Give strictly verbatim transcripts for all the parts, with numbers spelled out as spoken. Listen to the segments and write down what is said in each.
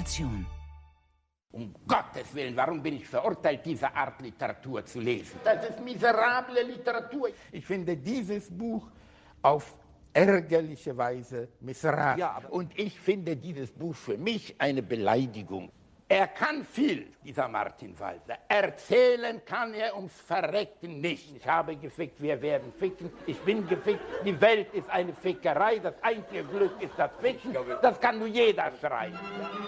Reformation. Um Gottes Willen, warum bin ich verurteilt, diese Art Literatur zu lesen? Das ist miserable Literatur. Ich finde dieses Buch auf ärgerliche Weise miserabel. Ja, und ich finde dieses Buch für mich eine Beleidigung. Er kann viel, dieser Martin Walser. Erzählen kann er ums Verrecken nicht. Ich habe gefickt, wir werden ficken. Ich bin gefickt, die Welt ist eine Fickerei. Das einzige Glück ist das Ficken. Das kann nur jeder schreiben.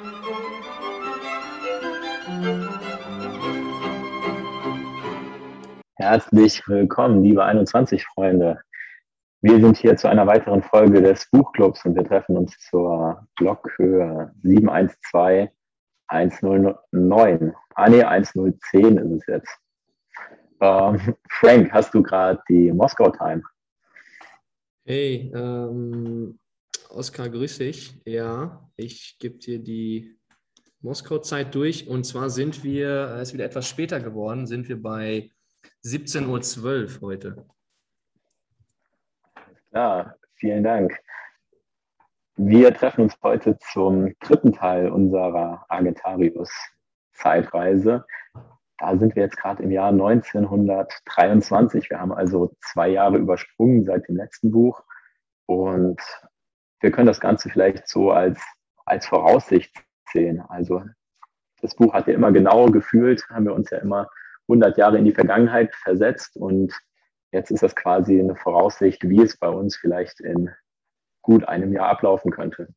Herzlich willkommen, liebe einundzwanzig-Freunde. Wir sind hier zu einer weiteren Folge des Buchclubs und wir treffen uns zur Blockhöhe sieben eins zwei eins null neun. Ah ne, eins null zehn ist es jetzt. Ähm, Frank, hast du gerade die Moskau Time? Hey, ähm, Oskar, grüß dich. Ja, ich gebe dir die Moskau-Zeit durch. Und zwar sind wir, es ist wieder etwas später geworden, sind wir bei siebzehn Uhr zwölf heute. Ja, vielen Dank. Wir treffen uns heute zum dritten Teil unserer Argetarius-Zeitreise. Da sind wir jetzt gerade im Jahr neunzehnhundertdreiundzwanzig. Wir haben also zwei Jahre übersprungen seit dem letzten Buch. Und wir können das Ganze vielleicht so als, als Voraussicht sehen. Also das Buch hat ja immer genau gefühlt, haben wir uns ja immer hundert Jahre in die Vergangenheit versetzt. Und jetzt ist das quasi eine Voraussicht, wie es bei uns vielleicht in gut einem Jahr ablaufen könnte.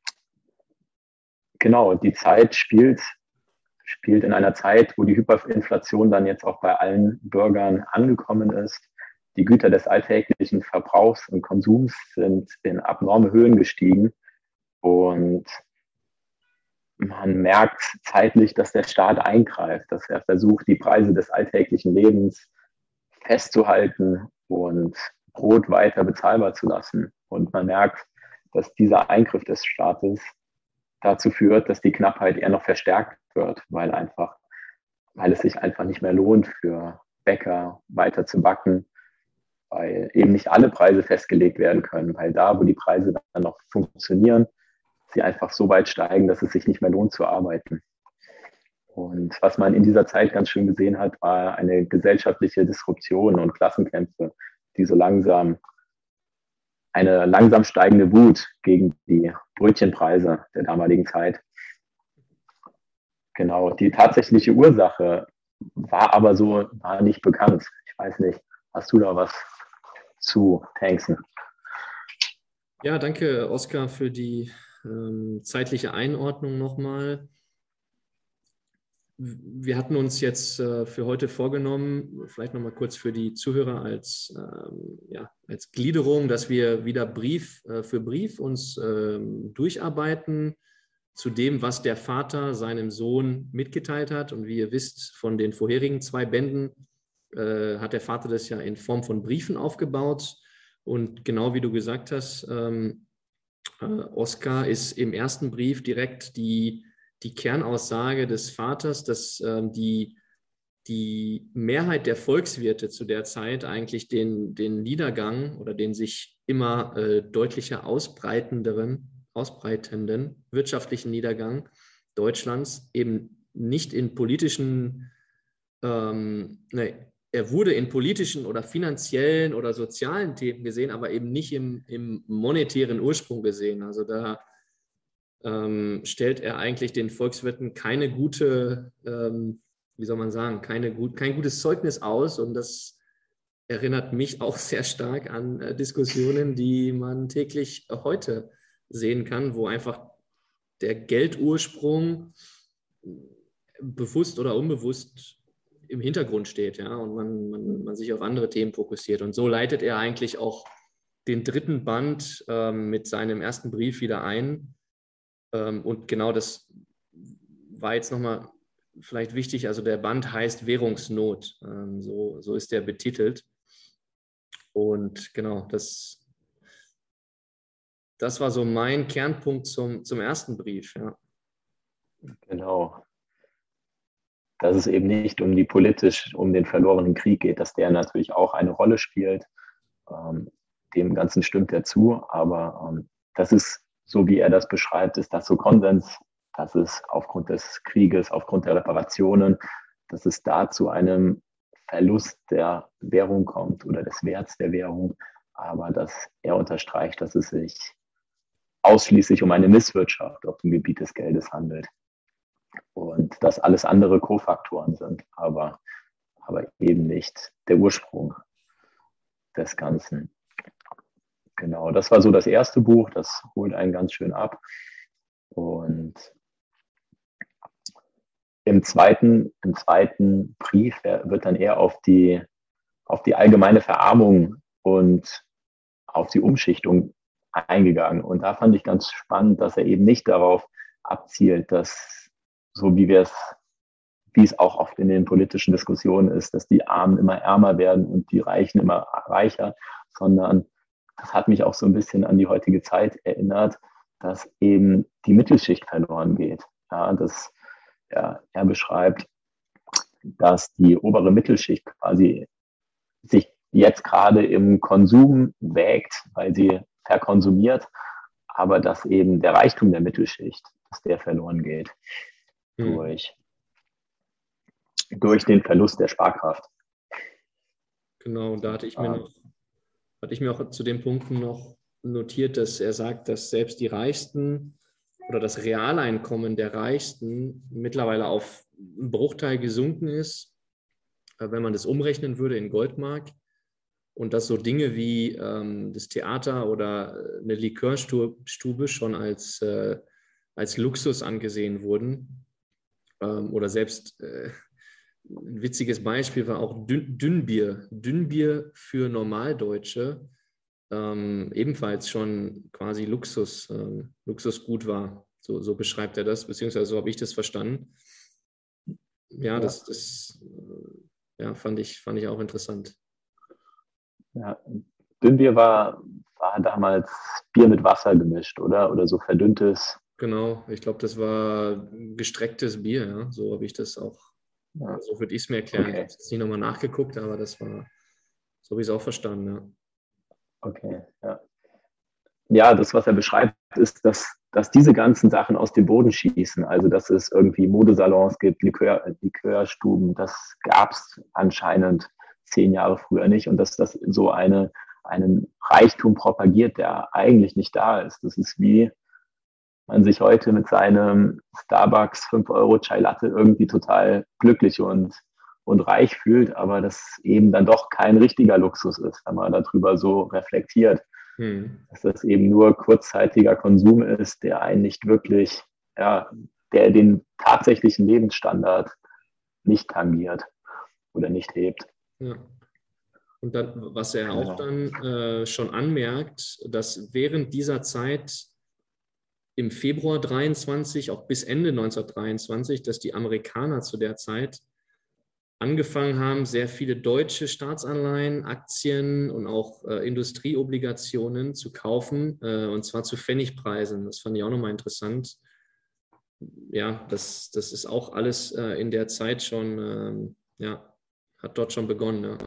Genau, die Zeit spielt, spielt in einer Zeit, wo die Hyperinflation dann jetzt auch bei allen Bürgern angekommen ist. Die Güter des alltäglichen Verbrauchs und Konsums sind in abnorme Höhen gestiegen und man merkt zeitlich, dass der Staat eingreift, dass er versucht, die Preise des alltäglichen Lebens festzuhalten und Brot weiter bezahlbar zu lassen. Und man merkt, dass dieser Eingriff des Staates dazu führt, dass die Knappheit eher noch verstärkt wird, weil einfach, weil es sich einfach nicht mehr lohnt, für Bäcker weiter zu backen, weil eben nicht alle Preise festgelegt werden können, weil da, wo die Preise dann noch funktionieren, sie einfach so weit steigen, dass es sich nicht mehr lohnt zu arbeiten. Und was man in dieser Zeit ganz schön gesehen hat, war eine gesellschaftliche Disruption und Klassenkämpfe, die so langsam, eine langsam steigende Wut gegen die Brötchenpreise der damaligen Zeit. Genau, die tatsächliche Ursache war aber so, war nicht bekannt. Ich weiß nicht, hast du da was zu tanksen? Ja, danke, Oskar, für die ähm, zeitliche Einordnung nochmal. Wir hatten uns jetzt äh, für heute vorgenommen, vielleicht nochmal kurz für die Zuhörer als, ähm, ja, als Gliederung, dass wir wieder Brief äh, für Brief uns ähm, durcharbeiten zu dem, was der Vater seinem Sohn mitgeteilt hat. Und wie ihr wisst, von den vorherigen zwei Bänden äh, hat der Vater das ja in Form von Briefen aufgebaut. Und genau wie du gesagt hast, ähm, äh, Oskar, ist im ersten Brief direkt die die Kernaussage des Vaters, dass ähm, die, die Mehrheit der Volkswirte zu der Zeit eigentlich den, den Niedergang oder den sich immer äh, deutlicher ausbreitenderen, ausbreitenden wirtschaftlichen Niedergang Deutschlands eben nicht in politischen, ähm, nee, er wurde in politischen oder finanziellen oder sozialen Themen gesehen, aber eben nicht im, im monetären Ursprung gesehen. Also da Ähm, stellt er eigentlich den Volkswirten keine gute, ähm, wie soll man sagen, keine gut, kein gutes Zeugnis aus. Und das erinnert mich auch sehr stark an äh, Diskussionen, die man täglich äh, heute sehen kann, wo einfach der Geldursprung bewusst oder unbewusst im Hintergrund steht, ja, und man, man, man sich auf andere Themen fokussiert. Und so leitet er eigentlich auch den dritten Band ähm, mit seinem ersten Brief wieder ein. Und genau das war jetzt nochmal vielleicht wichtig. Also der Band heißt Währungsnot. So, so ist der betitelt. Und genau, das, das war so mein Kernpunkt zum, zum ersten Brief. Ja. Genau. Dass es eben nicht um die politisch, um den verlorenen Krieg geht, dass der natürlich auch eine Rolle spielt. Dem Ganzen stimmt er zu, aber das ist, so wie er das beschreibt, ist das so Konsens dass es aufgrund des Krieges, aufgrund der Reparationen, dass es da zu einem Verlust der Währung kommt oder des Werts der Währung, aber dass er unterstreicht, dass es sich ausschließlich um eine Misswirtschaft auf dem Gebiet des Geldes handelt und dass alles andere Kofaktoren sind, aber, aber eben nicht der Ursprung des Ganzen. Genau, das war so das erste Buch, das holt einen ganz schön ab. Und im zweiten, im zweiten Brief wird dann eher auf die, auf die allgemeine Verarmung und auf die Umschichtung eingegangen. Und da fand ich ganz spannend, dass er eben nicht darauf abzielt, dass, so wie wir es, wie es auch oft in den politischen Diskussionen ist, dass die Armen immer ärmer werden und die Reichen immer reicher, sondern das hat mich auch so ein bisschen an die heutige Zeit erinnert, dass eben die Mittelschicht verloren geht. Ja, dass ja, er beschreibt, dass die obere Mittelschicht quasi sich jetzt gerade im Konsum wägt, weil sie verkonsumiert, aber dass eben der Reichtum der Mittelschicht, dass der verloren geht hm. durch, durch den Verlust der Sparkraft. Genau, da hatte ich mir noch, hatte ich mir auch zu den Punkten noch notiert, dass er sagt, dass selbst die Reichsten oder das Realeinkommen der Reichsten mittlerweile auf einen Bruchteil gesunken ist, wenn man das umrechnen würde in Goldmark. Und dass so Dinge wie ähm, das Theater oder eine Likörstube schon als, äh, als Luxus angesehen wurden. Ähm, oder selbst äh, ein witziges Beispiel war auch Dünn, Dünnbier. Dünnbier für Normaldeutsche ähm, ebenfalls schon quasi Luxus, ähm, Luxusgut war. So, so beschreibt er das, beziehungsweise so habe ich das verstanden. Ja, ja. das, das äh, ja, fand ich, fand ich auch interessant. Ja, Dünnbier war, war damals Bier mit Wasser gemischt, oder? Oder so verdünntes. Genau, ich glaube, das war gestrecktes Bier, ja. So habe ich das auch, ja. So würde ich es mir erklären. Okay. Ich habe es jetzt nicht nochmal nachgeguckt, aber das war, so habe ich es auch verstanden, ja. Okay, ja. Ja, das, was er beschreibt, ist, dass, dass diese ganzen Sachen aus dem Boden schießen. Also, dass es irgendwie Modesalons gibt, Likör, Likörstuben, das gab es anscheinend zehn Jahre früher nicht und dass das so eine, einen Reichtum propagiert, der eigentlich nicht da ist. Das ist wie man sich heute mit seinem Starbucks fünf Euro Chai Latte irgendwie total glücklich und, und reich fühlt, aber das eben dann doch kein richtiger Luxus ist, wenn man darüber so reflektiert. Hm. Dass das eben nur kurzzeitiger Konsum ist, der einen nicht wirklich, ja, der den tatsächlichen Lebensstandard nicht tangiert oder nicht hebt. Ja. Und dann, was er auch dann äh, schon anmerkt, dass während dieser Zeit im Februar dreiundzwanzig, auch bis Ende neunzehnhundertdreiundzwanzig, dass die Amerikaner zu der Zeit angefangen haben, sehr viele deutsche Staatsanleihen, Aktien und auch äh, Industrieobligationen zu kaufen, äh, und zwar zu Pfennigpreisen. Das fand ich auch nochmal interessant. Ja, das, das ist auch alles äh, in der Zeit schon, ähm, ja, hat dort schon begonnen. Ja.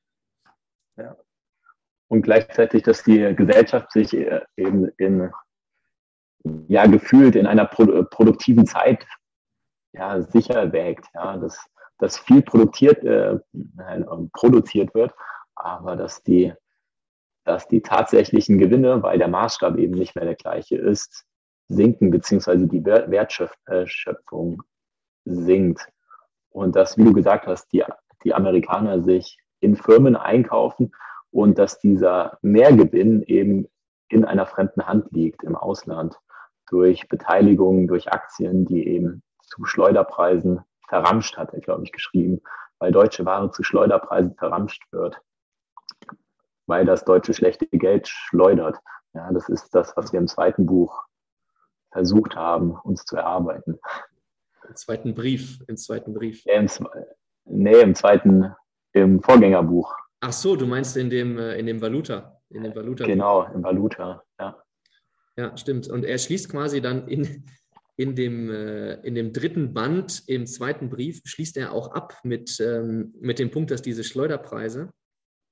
Ja. Und gleichzeitig, dass die Gesellschaft sich eben in, ja, gefühlt in einer pro, produktiven Zeit ja, sicher wägt, ja, dass, dass viel produziert, äh, produziert wird, aber dass die, dass die tatsächlichen Gewinne, weil der Maßstab eben nicht mehr der gleiche ist, sinken, beziehungsweise die Wertschöpfung sinkt. Und dass, wie du gesagt hast, die, die Amerikaner sich in Firmen einkaufen und dass dieser Mehrgewinn eben in einer fremden Hand liegt im Ausland durch Beteiligungen, durch Aktien, die eben zu Schleuderpreisen verramscht, hat er, glaube ich, geschrieben, weil deutsche Ware zu Schleuderpreisen verramscht wird, weil das deutsche schlechte Geld schleudert. Ja, das ist das, was wir im zweiten Buch versucht haben, uns zu erarbeiten. Im zweiten Brief, im zweiten Brief. Ja, im, nee, im zweiten, im Vorgängerbuch. Ach so, du meinst in dem, in dem Valuta. In dem Valuta. Genau, im Valuta, ja. Ja, stimmt. Und er schließt quasi dann in, in, dem, in dem dritten Band, im zweiten Brief, schließt er auch ab mit, mit dem Punkt, dass diese Schleuderpreise,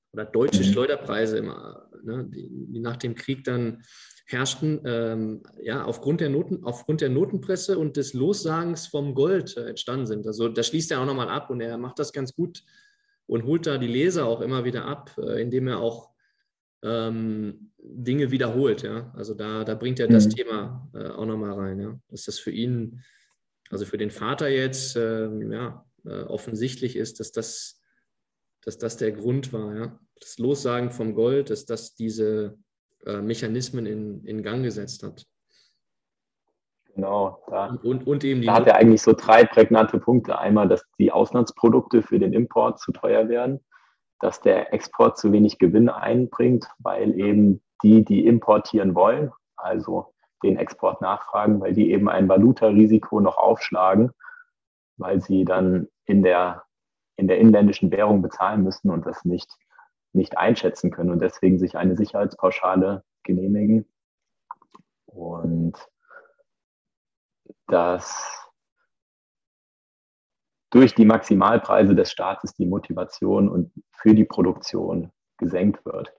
oder deutsche Mhm. Schleuderpreise, immer, ne, die, die nach dem Krieg dann herrschten, ähm, ja, aufgrund der, Noten, aufgrund der Notenpresse und des Lossagens vom Gold äh, entstanden sind. Also da schließt er auch nochmal ab und er macht das ganz gut und holt da die Leser auch immer wieder ab, äh, indem er auch ähm, Dinge wiederholt. Ja? Also da, da bringt er das Mhm. Thema äh, auch nochmal rein. Ja? Dass das für ihn, also für den Vater jetzt, ähm, ja, äh, offensichtlich ist, dass das, dass das der Grund war. Ja? Das Lossagen vom Gold, dass das diese äh, Mechanismen in, in Gang gesetzt hat. Genau, da, Und, und, und eben die da hat Not- er eigentlich so drei prägnante Punkte. Einmal, dass die Auslandsprodukte für den Import zu teuer werden, dass der Export zu wenig Gewinn einbringt, weil eben die, die importieren wollen, also den Export nachfragen, weil die eben ein Valutarisiko noch aufschlagen, weil sie dann in der, in der inländischen Währung bezahlen müssen und das nicht, nicht einschätzen können und deswegen sich eine Sicherheitspauschale genehmigen. Und dass durch die Maximalpreise des Staates die Motivation und für die Produktion gesenkt wird.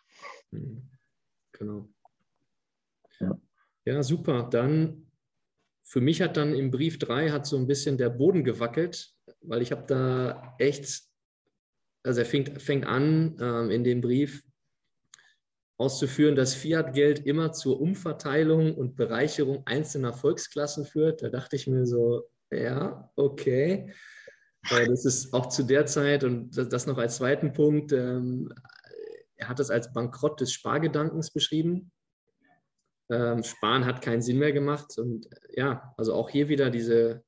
Genau. Ja, Ja, super. Dann für mich hat dann im Brief drei hat so ein bisschen der Boden gewackelt, weil ich habe da echt, also er fängt, fängt an ähm, in dem Brief auszuführen, dass Fiat-Geld immer zur Umverteilung und Bereicherung einzelner Volksklassen führt. Da dachte ich mir so, ja, okay. Äh, das ist auch zu der Zeit, und das, das noch als zweiten Punkt, ähm, er hat es als Bankrott des Spargedankens beschrieben. Ähm, Sparen hat keinen Sinn mehr gemacht. Und ja, also auch hier wieder diese,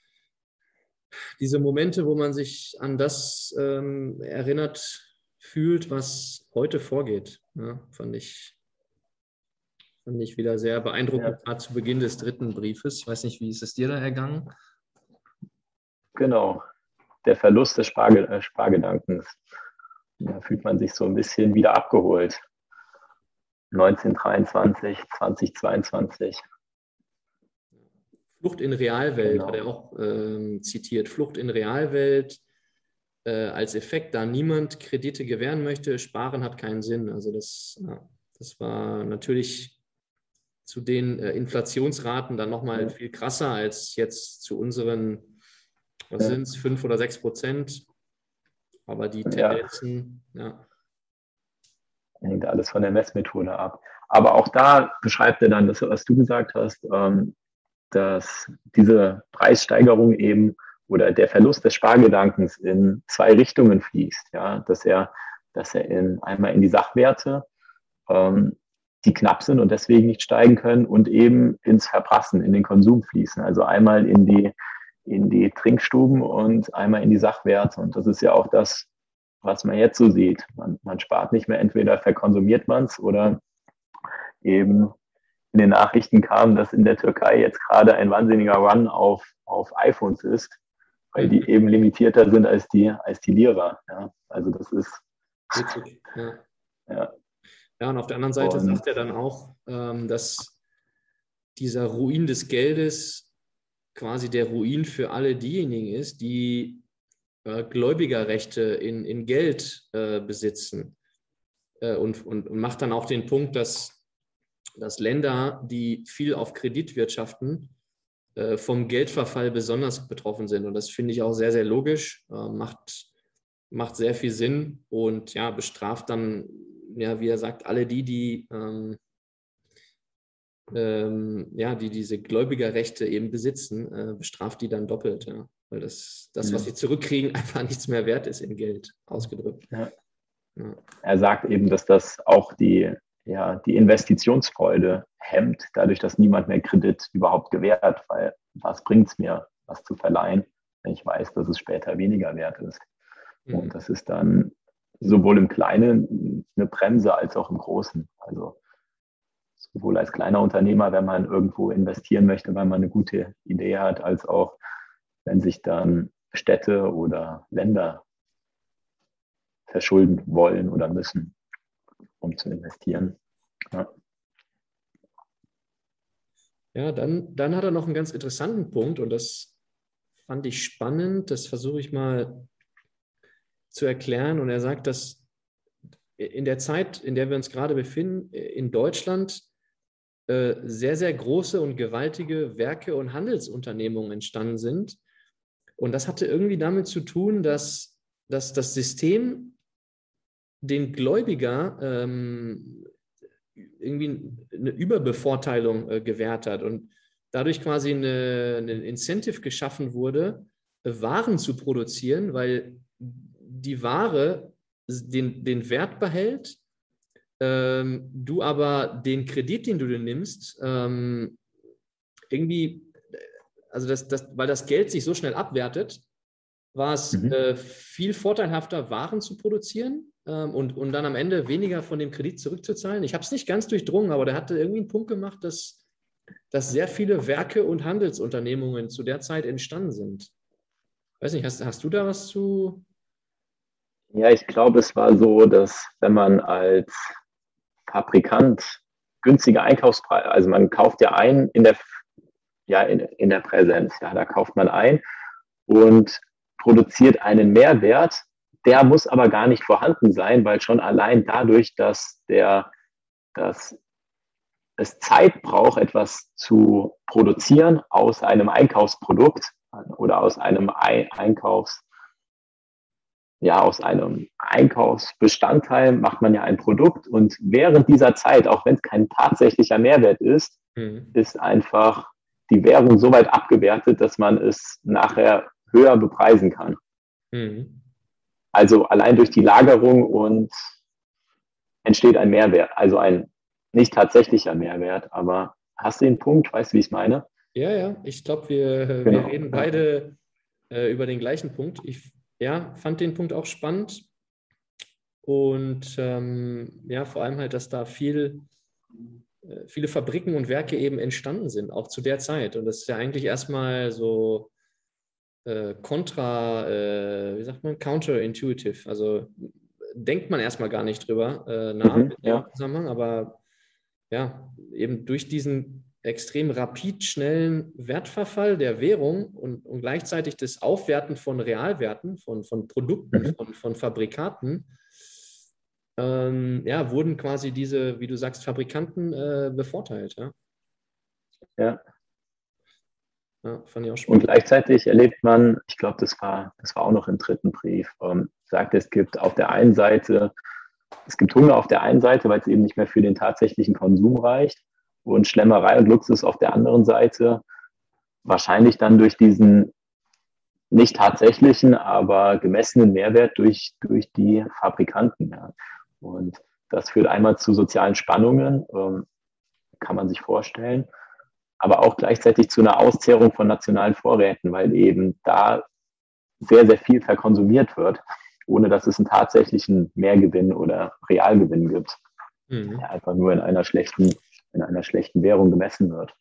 diese Momente, wo man sich an das ähm, erinnert fühlt, was heute vorgeht. Ja, fand ich, fand ich wieder sehr beeindruckend, ja, gerade zu Beginn des dritten Briefes. Ich weiß nicht, wie ist es dir da ergangen? genau. Der Verlust des Sparge äh, Spargedankens. Da fühlt man sich so ein bisschen wieder abgeholt. neunzehnhundertdreiundzwanzig, zweitausendzweiundzwanzig. Flucht in Realwelt hat er Genau. auch ähm, zitiert. Flucht in Realwelt äh, als Effekt, da niemand Kredite gewähren möchte, sparen hat keinen Sinn. Also das, ja, das war natürlich zu den äh, Inflationsraten dann nochmal Ja, viel krasser als jetzt zu unseren, was ja, sind es, fünf oder sechs Prozent. Aber die ja, Tendenzen, ja. hängt alles von der Messmethode ab. Aber auch da beschreibt er dann das, was du gesagt hast, ähm, dass diese Preissteigerung eben oder der Verlust des Spargedankens in zwei Richtungen fließt. Ja, dass er, dass er in, einmal in die Sachwerte, ähm, die knapp sind und deswegen nicht steigen können, und eben ins Verprassen, in den Konsum fließen. Also einmal in die, in die Trinkstuben und einmal in die Sachwerte. Und das ist ja auch das, was man jetzt so sieht. Man, man spart nicht mehr, entweder verkonsumiert man es oder eben in den Nachrichten kam, dass in der Türkei jetzt gerade ein wahnsinniger Run auf, auf iPhones ist, weil die eben limitierter sind als die, als die Lira. Ja, also das ist, Witzig, ja. ja. Ja, und auf der anderen Seite Und sagt er dann auch, ähm, dass dieser Ruin des Geldes quasi der Ruin für alle diejenigen ist, die äh, Gläubigerrechte in, in Geld äh, besitzen. Äh, und, und, und macht dann auch den Punkt, dass, dass Länder, die viel auf Kredit wirtschaften, äh, vom Geldverfall besonders betroffen sind. Und das finde ich auch sehr, sehr logisch, äh, macht, macht sehr viel Sinn und ja, bestraft dann, ja, wie er sagt, alle die, die ähm, ähm, ja, die diese Gläubigerrechte eben besitzen, äh, bestraft die dann doppelt, ja. Weil das, das, was sie zurückkriegen, einfach nichts mehr wert ist in Geld ausgedrückt. ja. Ja. Er sagt eben, dass das auch die, ja, die Investitionsfreude hemmt, dadurch, dass niemand mehr Kredit überhaupt gewährt, weil was bringt es mir, was zu verleihen, wenn ich weiß, dass es später weniger wert ist. Mhm. Und das ist dann sowohl im Kleinen eine Bremse als auch im Großen. Also sowohl als kleiner Unternehmer, wenn man irgendwo investieren möchte, weil man eine gute Idee hat, als auch, wenn sich dann Städte oder Länder verschulden wollen oder müssen, um zu investieren. Ja. Ja, dann, dann hat er noch einen ganz interessanten Punkt und das fand ich spannend. Das versuche ich mal zu erklären. Und er sagt, dass in der Zeit, in der wir uns gerade befinden, in Deutschland äh, sehr, sehr große und gewaltige Werke und Handelsunternehmungen entstanden sind. Und das hatte irgendwie damit zu tun, dass, dass das System den Gläubiger ähm, irgendwie eine Überbevorteilung äh, gewährt hat und dadurch quasi eine, eine Incentive geschaffen wurde, Waren zu produzieren, weil die Ware den, den Wert behält, ähm, du aber den Kredit, den du dir nimmst, ähm, irgendwie, also das, das, weil das Geld sich so schnell abwertet, war es mhm. äh, viel vorteilhafter, Waren zu produzieren ähm, und, und dann am Ende weniger von dem Kredit zurückzuzahlen. Ich habe es nicht ganz durchdrungen, aber der hatte irgendwie einen Punkt gemacht, dass, dass sehr viele Werke und Handelsunternehmungen zu der Zeit entstanden sind. Weiß nicht, hast, hast du da was zu? Ja, ich glaube, es war so, dass wenn man als Fabrikant günstige Einkaufspreise, also man kauft ja ein in der, ja, in, in der Präsenz, ja, da kauft man ein und produziert einen Mehrwert, der muss aber gar nicht vorhanden sein, weil schon allein dadurch, dass der, dass es Zeit braucht, etwas zu produzieren aus einem Einkaufsprodukt oder aus einem Einkaufs, ja, aus einem Einkaufsbestandteil macht man ja ein Produkt und während dieser Zeit, auch wenn es kein tatsächlicher Mehrwert ist, mhm. ist einfach die Währung so weit abgewertet, dass man es nachher höher bepreisen kann. Mhm. Also allein durch die Lagerung und entsteht ein Mehrwert, also ein nicht tatsächlicher Mehrwert, aber hast du den Punkt? Weißt du, wie ich es meine? Ja, ja, ich glaube, wir, genau. wir reden beide äh, über den gleichen Punkt. Ich ja, fand den Punkt auch spannend und ähm, ja, vor allem halt, dass da viel, äh, viele Fabriken und Werke eben entstanden sind, auch zu der Zeit. Und das ist ja eigentlich erstmal so äh, kontra, äh, wie sagt man, counterintuitive. Also denkt man erstmal gar nicht drüber äh, nach mhm, ja. im Zusammenhang, aber ja, eben durch diesen extrem rapid schnellen Wertverfall der Währung und, und gleichzeitig das Aufwerten von Realwerten, von, von Produkten, mhm. von, von Fabrikaten, ähm, ja, wurden quasi diese, wie du sagst, Fabrikanten äh, bevorteilt. Ja? Ja. Ja, fand ich auch spannend. Und gleichzeitig erlebt man, ich glaube, das war, das war auch noch im dritten Brief, ähm, sagt, es gibt auf der einen Seite, es gibt Hunger auf der einen Seite, weil es eben nicht mehr für den tatsächlichen Konsum reicht. Und Schlemmerei und Luxus auf der anderen Seite, wahrscheinlich dann durch diesen nicht tatsächlichen, aber gemessenen Mehrwert durch, durch die Fabrikanten. Ja. Und das führt einmal zu sozialen Spannungen, ähm, kann man sich vorstellen, aber auch gleichzeitig zu einer Auszehrung von nationalen Vorräten, weil eben da sehr, sehr viel verkonsumiert wird, ohne dass es einen tatsächlichen Mehrgewinn oder Realgewinn gibt, mhm. der einfach nur in einer schlechten in einer schlechten Währung gemessen wird.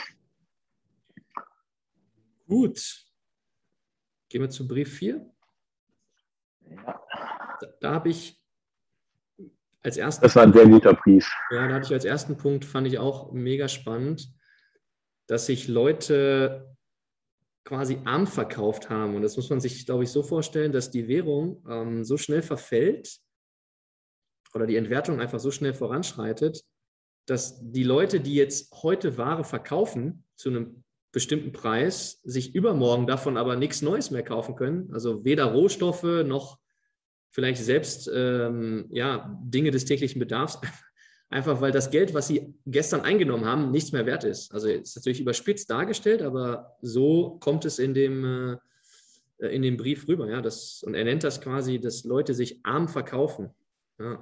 Gut. Gehen wir zu Brief vier. Ja. Da, da habe ich als ersten Das war ein sehr guter Brief. Ja, da hatte ich als ersten Punkt, fand ich auch mega spannend, dass sich Leute quasi arm verkauft haben. Und das muss man sich, glaube ich, so vorstellen, dass die Währung ähm, so schnell verfällt oder die Entwertung einfach so schnell voranschreitet, dass die Leute, die jetzt heute Ware verkaufen zu einem bestimmten Preis, sich übermorgen davon aber nichts Neues mehr kaufen können. Also weder Rohstoffe noch vielleicht selbst ähm, ja, Dinge des täglichen Bedarfs. Einfach weil das Geld, was sie gestern eingenommen haben, nichts mehr wert ist. Also ist natürlich überspitzt dargestellt, aber so kommt es in dem, äh, in dem Brief rüber. Ja? Das, und er nennt das quasi, dass Leute sich arm verkaufen. Ja.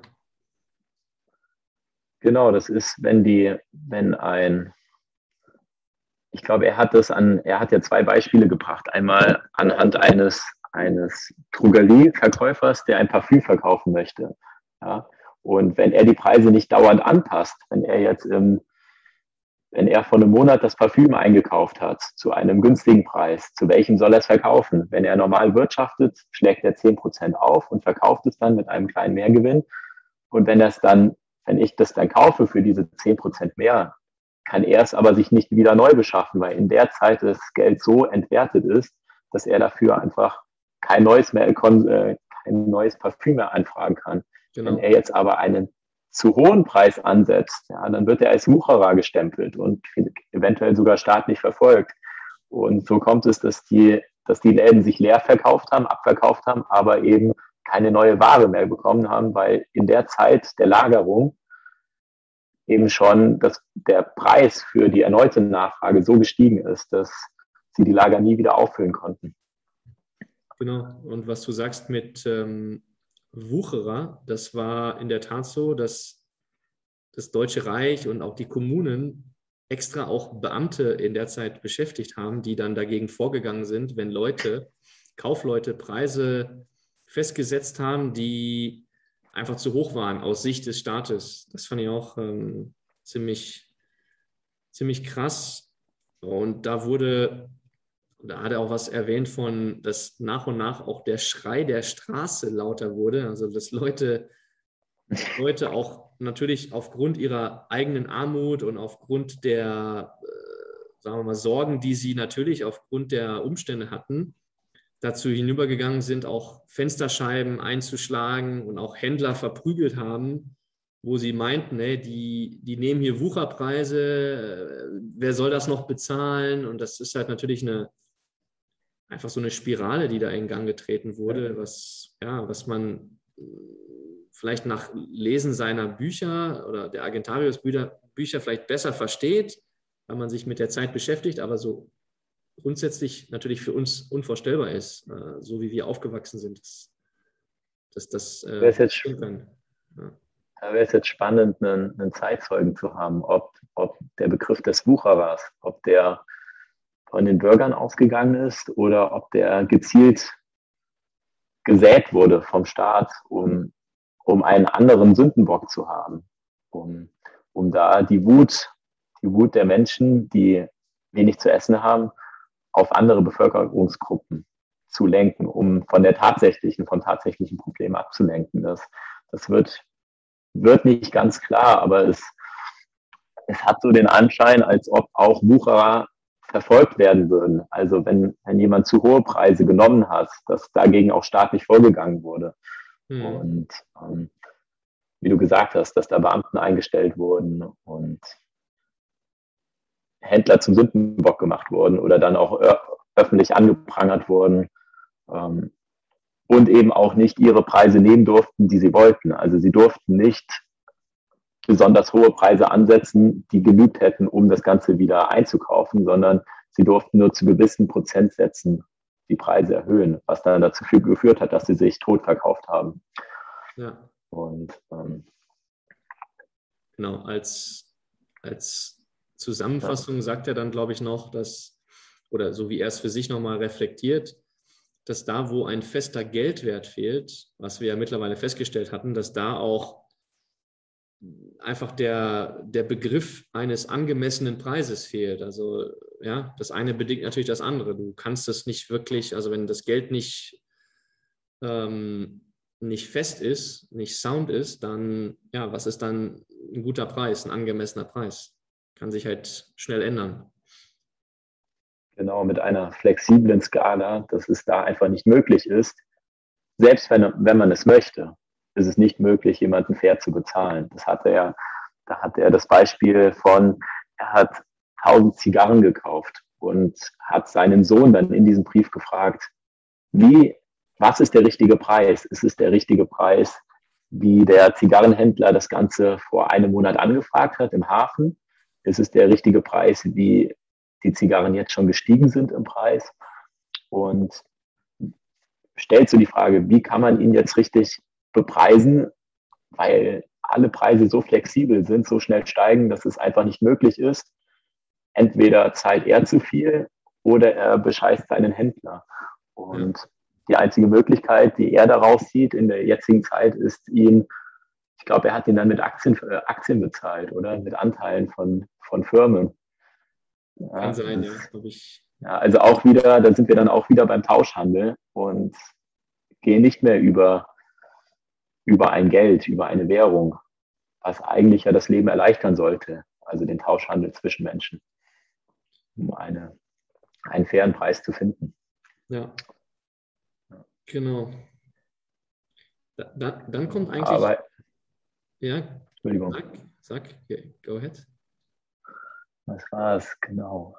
Genau, das ist, wenn die, wenn ein, ich glaube, er hat das an, er hat ja zwei Beispiele gebracht. Einmal anhand eines, eines Drogerieverkäufers, der ein Parfüm verkaufen möchte. Ja, und wenn er die Preise nicht dauernd anpasst, wenn er jetzt im, wenn er vor einem Monat das Parfüm eingekauft hat zu einem günstigen Preis, zu welchem soll er es verkaufen? Wenn er normal wirtschaftet, schlägt er zehn Prozent auf und verkauft es dann mit einem kleinen Mehrgewinn. Und wenn er es dann Wenn ich das dann kaufe für diese zehn Prozent mehr, kann er es aber sich nicht wieder neu beschaffen, weil in der Zeit das Geld so entwertet ist, dass er dafür einfach kein neues, mehr, kein neues Parfüm mehr anfragen kann. Genau. Wenn er jetzt aber einen zu hohen Preis ansetzt, ja, dann wird er als Wucherer gestempelt und eventuell sogar staatlich verfolgt. Und so kommt es, dass die, dass die Läden sich leer verkauft haben, abverkauft haben, aber eben keine neue Ware mehr bekommen haben, weil in der Zeit der Lagerung eben schon das, der Preis für die erneute Nachfrage so gestiegen ist, dass sie die Lager nie wieder auffüllen konnten. Genau. Und was du sagst mit ähm, Wucherer, das war in der Tat so, dass das Deutsche Reich und auch die Kommunen extra auch Beamte in der Zeit beschäftigt haben, die dann dagegen vorgegangen sind, wenn Leute, Kaufleute Preise festgesetzt haben, die einfach zu hoch waren aus Sicht des Staates. Das fand ich auch ähm, ziemlich, ziemlich krass. Und da wurde, da hat er auch was erwähnt von, dass nach und nach auch der Schrei der Straße lauter wurde. Also dass Leute, Leute auch natürlich aufgrund ihrer eigenen Armut und aufgrund der, äh, sagen wir mal, Sorgen, die sie natürlich aufgrund der Umstände hatten, dazu hinübergegangen sind, auch Fensterscheiben einzuschlagen und auch Händler verprügelt haben, wo sie meinten, ey, die, die nehmen hier Wucherpreise, wer soll das noch bezahlen? Und das ist halt natürlich eine, einfach so eine Spirale, die da in Gang getreten wurde, was, ja, was man vielleicht nach Lesen seiner Bücher oder der Argentarius Bücher, Bücher vielleicht besser versteht, weil man sich mit der Zeit beschäftigt, aber so grundsätzlich natürlich für uns unvorstellbar ist, äh, so wie wir aufgewachsen sind, dass, dass das äh, wäre jetzt, kann. Ja. Da wäre es jetzt spannend, einen, einen Zeitzeugen zu haben, ob, ob der Begriff des Wucherers, ob der von den Bürgern ausgegangen ist oder ob der gezielt gesät wurde vom Staat, um, um einen anderen Sündenbock zu haben, um, um da die Wut, die Wut der Menschen, die wenig zu essen haben, auf andere Bevölkerungsgruppen zu lenken, um von der tatsächlichen, vom tatsächlichen Problem abzulenken. Das, das wird, wird nicht ganz klar, aber es, es hat so den Anschein, als ob auch Wucherer verfolgt werden würden. Also wenn, wenn jemand zu hohe Preise genommen hat, dass dagegen auch staatlich vorgegangen wurde. Mhm. Und ähm, wie du gesagt hast, dass da Beamten eingestellt wurden und Händler zum Sündenbock gemacht wurden oder dann auch öffentlich angeprangert wurden ähm, und eben auch nicht ihre Preise nehmen durften, die sie wollten. Also sie durften nicht besonders hohe Preise ansetzen, die genügt hätten, um das Ganze wieder einzukaufen, sondern sie durften nur zu gewissen Prozentsätzen die Preise erhöhen, was dann dazu geführt hat, dass sie sich tot verkauft haben. Ja. Und ähm, genau, als, als Zusammenfassung ja. sagt er dann, glaube ich, noch, dass, oder so wie er es für sich nochmal reflektiert, dass da, wo ein fester Geldwert fehlt, was wir ja mittlerweile festgestellt hatten, dass da auch einfach der, der Begriff eines angemessenen Preises fehlt. Also ja, das eine bedingt natürlich das andere. Du kannst es nicht wirklich, also wenn das Geld nicht, ähm, nicht fest ist, nicht sound ist, dann, ja, was ist dann ein guter Preis, ein angemessener Preis? Kann sich halt schnell ändern. Genau, mit einer flexiblen Skala, dass es da einfach nicht möglich ist, selbst wenn, wenn man es möchte, ist es nicht möglich, jemanden fair zu bezahlen. Das hat er, da hat er das Beispiel von, er hat tausend Zigarren gekauft und hat seinen Sohn dann in diesem Brief gefragt, wie, was ist der richtige Preis? Ist es der richtige Preis, wie der Zigarrenhändler das Ganze vor einem Monat angefragt hat im Hafen? Ist es der richtige Preis, wie die Zigarren jetzt schon gestiegen sind im Preis? Und stellt so die Frage, wie kann man ihn jetzt richtig bepreisen, weil alle Preise so flexibel sind, so schnell steigen, dass es einfach nicht möglich ist. Entweder zahlt er zu viel oder er bescheißt seinen Händler. Und ja. die einzige Möglichkeit, die er daraus sieht in der jetzigen Zeit, ist ihn, ich glaube, er hat ihn dann mit Aktien, äh, Aktien bezahlt, oder? Mit Anteilen von, von Firmen. Ja, Kann sein, das, ja, glaube ich. Ja, also auch wieder, da sind wir dann auch wieder beim Tauschhandel und gehen nicht mehr über über ein Geld, über eine Währung, was eigentlich ja das Leben erleichtern sollte, also den Tauschhandel zwischen Menschen, um eine, einen fairen Preis zu finden. Ja, genau. Da, da, dann kommt eigentlich... Aber, ja, Entschuldigung. Sag, sag, go ahead. Was war es genau?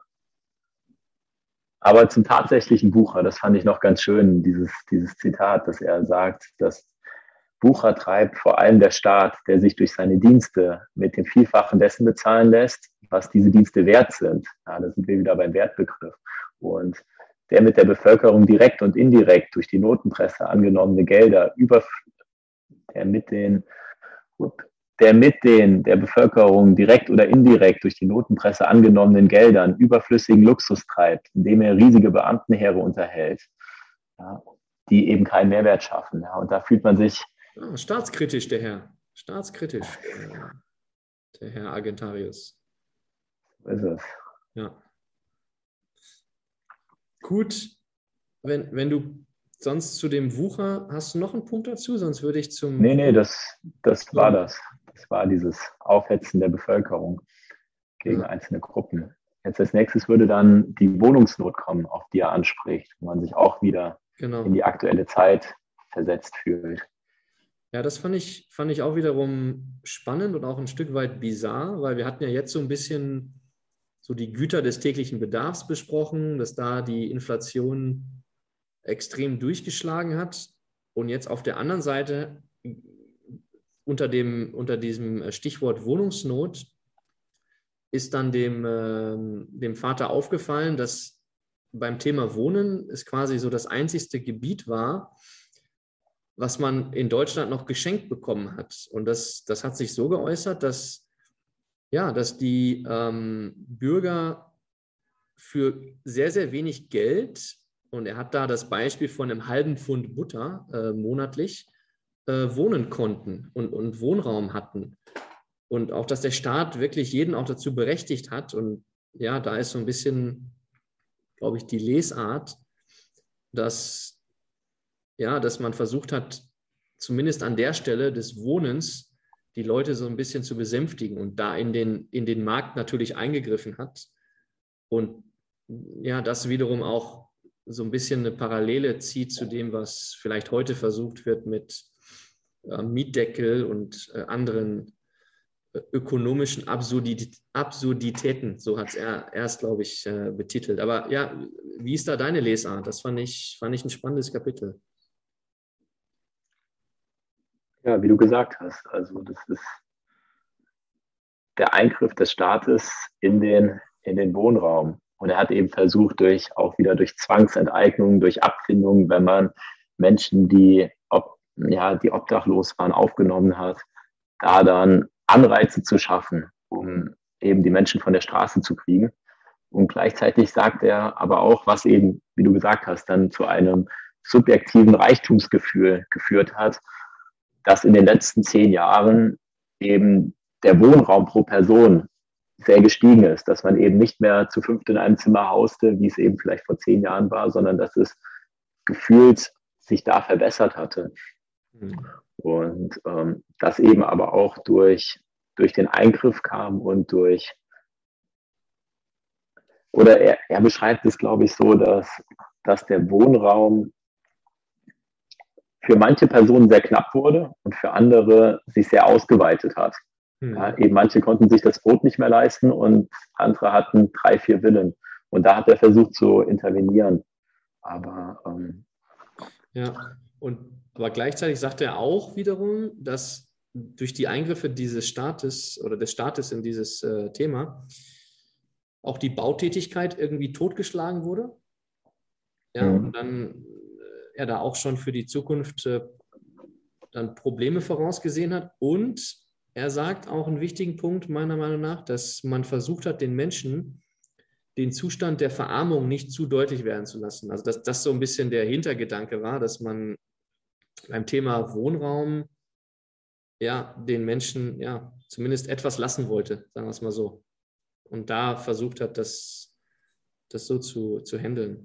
Aber zum tatsächlichen Bucher, das fand ich noch ganz schön, dieses, dieses Zitat, dass er sagt, dass Wucher treibt vor allem der Staat, der sich durch seine Dienste mit dem Vielfachen dessen bezahlen lässt, was diese Dienste wert sind. Ja, da sind wir wieder beim Wertbegriff. Und der mit der Bevölkerung direkt und indirekt durch die Notenpresse angenommene Gelder über, der mit den, der mit den der Bevölkerung direkt oder indirekt durch die Notenpresse angenommenen Geldern überflüssigen Luxus treibt, indem er riesige Beamtenheere unterhält, ja, die eben keinen Mehrwert schaffen. Ja, und da fühlt man sich Ah, staatskritisch, der Herr. Staatskritisch, der, der Herr Argentarius. So ist es. Ja. Gut, wenn, wenn du sonst zu dem Wucher, hast du noch einen Punkt dazu? Sonst würde ich zum... Nee, nee, das, das war das. Das war dieses Aufhetzen der Bevölkerung gegen ja. einzelne Gruppen. Jetzt als nächstes würde dann die Wohnungsnot kommen, auf die er anspricht, wo man sich auch wieder genau. in die aktuelle Zeit versetzt fühlt. Ja, das fand ich, fand ich auch wiederum spannend und auch ein Stück weit bizarr, weil wir hatten ja jetzt so ein bisschen so die Güter des täglichen Bedarfs besprochen, dass da die Inflation extrem durchgeschlagen hat. Und jetzt auf der anderen Seite unter dem, unter diesem Stichwort Wohnungsnot ist dann dem, äh, dem Vater aufgefallen, dass beim Thema Wohnen es quasi so das einzigste Gebiet war, was man in Deutschland noch geschenkt bekommen hat. Und das, das hat sich so geäußert, dass, ja, dass die ähm, Bürger für sehr, sehr wenig Geld, und er hat da das Beispiel von einem halben Pfund Butter äh, monatlich, äh, wohnen konnten und, und Wohnraum hatten. Und auch, dass der Staat wirklich jeden auch dazu berechtigt hat. Und ja, da ist so ein bisschen, glaube ich, die Lesart, dass Ja, dass man versucht hat, zumindest an der Stelle des Wohnens die Leute so ein bisschen zu besänftigen und da in den, in den Markt natürlich eingegriffen hat. Und ja, das wiederum auch so ein bisschen eine Parallele zieht zu dem, was vielleicht heute versucht wird mit äh, Mietdeckel und äh, anderen äh, ökonomischen Absurdit- Absurditäten. So hat es er erst, glaube ich, äh, betitelt. Aber ja, wie ist da deine Lesart? Das fand ich, fand ich ein spannendes Kapitel. Ja, wie du gesagt hast, also das ist der Eingriff des Staates in den, in den Wohnraum. Und er hat eben versucht, durch auch wieder durch Zwangsenteignung, durch Abfindung, wenn man Menschen, die, ob, ja, die obdachlos waren, aufgenommen hat, da dann Anreize zu schaffen, um eben die Menschen von der Straße zu kriegen. Und gleichzeitig sagt er aber auch, was eben, wie du gesagt hast, dann zu einem subjektiven Reichtumsgefühl geführt hat, dass in den letzten zehn Jahren eben der Wohnraum pro Person sehr gestiegen ist, dass man eben nicht mehr zu fünft in einem Zimmer hauste, wie es eben vielleicht vor zehn Jahren war, sondern dass es gefühlt sich da verbessert hatte. Mhm. Und ähm, das eben aber auch durch, durch den Eingriff kam und durch, oder er, er beschreibt es, glaube ich, so, dass, dass der Wohnraum für manche Personen sehr knapp wurde und für andere sich sehr ausgeweitet hat. Mhm. Ja, eben manche konnten sich das Brot nicht mehr leisten und andere hatten drei, vier Villen. Und da hat er versucht zu intervenieren. Aber ähm, ja, und aber gleichzeitig sagt er auch wiederum, dass durch die Eingriffe dieses Staates oder des Staates in dieses äh, Thema auch die Bautätigkeit irgendwie totgeschlagen wurde. Ja, mhm. Und dann er da auch schon für die Zukunft äh, dann Probleme vorausgesehen hat. Und er sagt auch einen wichtigen Punkt meiner Meinung nach, dass man versucht hat, den Menschen den Zustand der Verarmung nicht zu deutlich werden zu lassen. Also dass das so ein bisschen der Hintergedanke war, dass man beim Thema Wohnraum ja den Menschen ja zumindest etwas lassen wollte, sagen wir es mal so. Und da versucht hat, das, das so zu, zu handeln.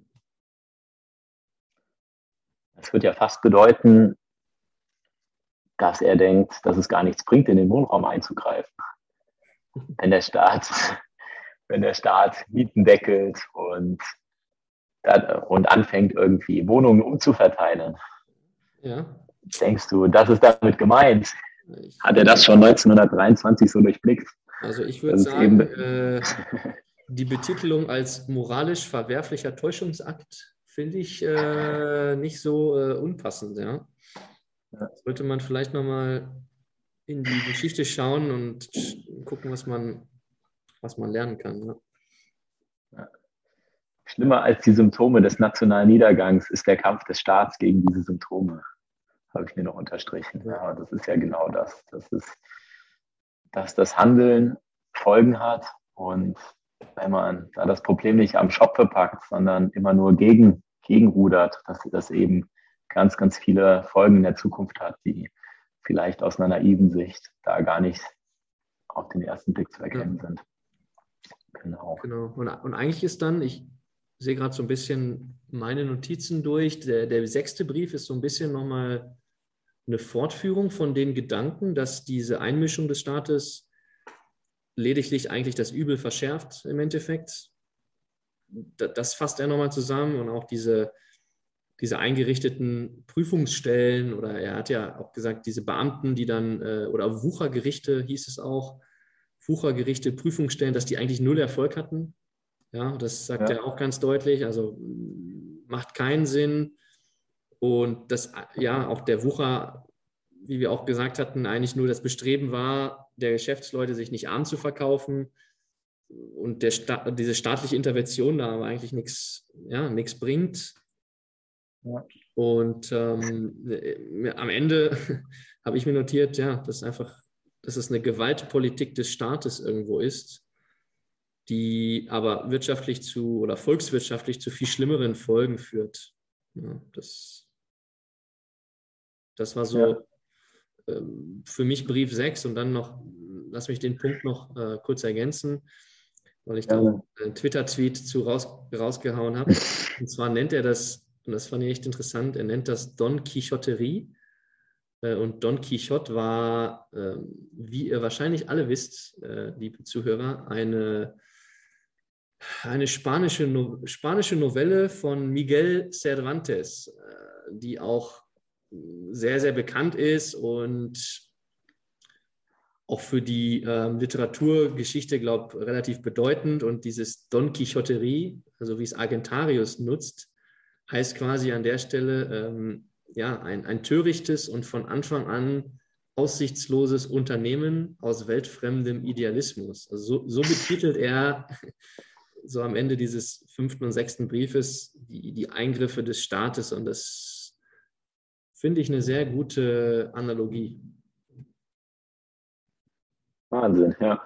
Das würde ja fast bedeuten, dass er denkt, dass es gar nichts bringt, in den Wohnraum einzugreifen. Wenn der Staat, wenn der Staat Mieten deckelt und, und anfängt, irgendwie Wohnungen umzuverteilen. Ja. denkst du, das ist damit gemeint? Hat er das schon neunzehnhundertdreiundzwanzig so durchblickt? Also ich würde sagen, äh, die Betitelung als moralisch verwerflicher Täuschungsakt finde ich äh, nicht so äh, unpassend. Ja? Ja. Sollte man vielleicht nochmal in die Geschichte schauen und gucken, was man, was man lernen kann. Ja? Ja. Schlimmer als die Symptome des nationalen Niedergangs ist der Kampf des Staats gegen diese Symptome. Habe ich mir noch unterstrichen. Ja, das ist ja genau das. Das ist, dass das Handeln Folgen hat und wenn man da das Problem nicht am Schopfe packt, sondern immer nur gegen, gegenrudert, dass das eben ganz, ganz viele Folgen in der Zukunft hat, die vielleicht aus einer naiven Sicht da gar nicht auf den ersten Blick zu erkennen ja. sind. Genau. Genau. Und, und eigentlich ist dann, ich sehe gerade so ein bisschen meine Notizen durch, der, der sechste Brief ist so ein bisschen nochmal eine Fortführung von den Gedanken, dass diese Einmischung des Staates lediglich eigentlich das Übel verschärft im Endeffekt. Das fasst er nochmal zusammen und auch diese, diese eingerichteten Prüfungsstellen oder er hat ja auch gesagt, diese Beamten, die dann, oder Wuchergerichte hieß es auch, Wuchergerichte, Prüfungsstellen, dass die eigentlich null Erfolg hatten. Ja, das sagt ja. er auch ganz deutlich, also macht keinen Sinn. Und das, ja, auch der Wucher, wie wir auch gesagt hatten, eigentlich nur das Bestreben war, der Geschäftsleute sich nicht arm zu verkaufen und der Sta- diese staatliche Intervention da aber eigentlich nichts ja, nichts bringt. Ja. Und ähm, am Ende habe ich mir notiert, ja, dass einfach, dass es eine Gewaltpolitik des Staates irgendwo ist, die aber wirtschaftlich zu oder volkswirtschaftlich zu viel schlimmeren Folgen führt. Ja, das Das war so ja. ähm, für mich Brief sechs und dann noch, lass mich den Punkt noch äh, kurz ergänzen, weil ich ja. da einen Twitter-Tweet zu raus, rausgehauen habe. Und zwar nennt er das, und das fand ich echt interessant, er nennt das Don Quixoterie. Äh, und Don Quixote war, äh, wie ihr wahrscheinlich alle wisst, äh, liebe Zuhörer, eine, eine spanische, no- spanische Novelle von Miguel Cervantes, äh, die auch sehr, sehr bekannt ist und auch für die ähm, Literaturgeschichte, glaube ich, relativ bedeutend. Und dieses Don Quixoterie, also wie es Argentarius nutzt, heißt quasi an der Stelle ähm, ja, ein, ein törichtes und von Anfang an aussichtsloses Unternehmen aus weltfremdem Idealismus. Also so, so betitelt er so am Ende dieses fünften und sechsten Briefes die, die Eingriffe des Staates und das finde ich eine sehr gute Analogie. Wahnsinn, ja.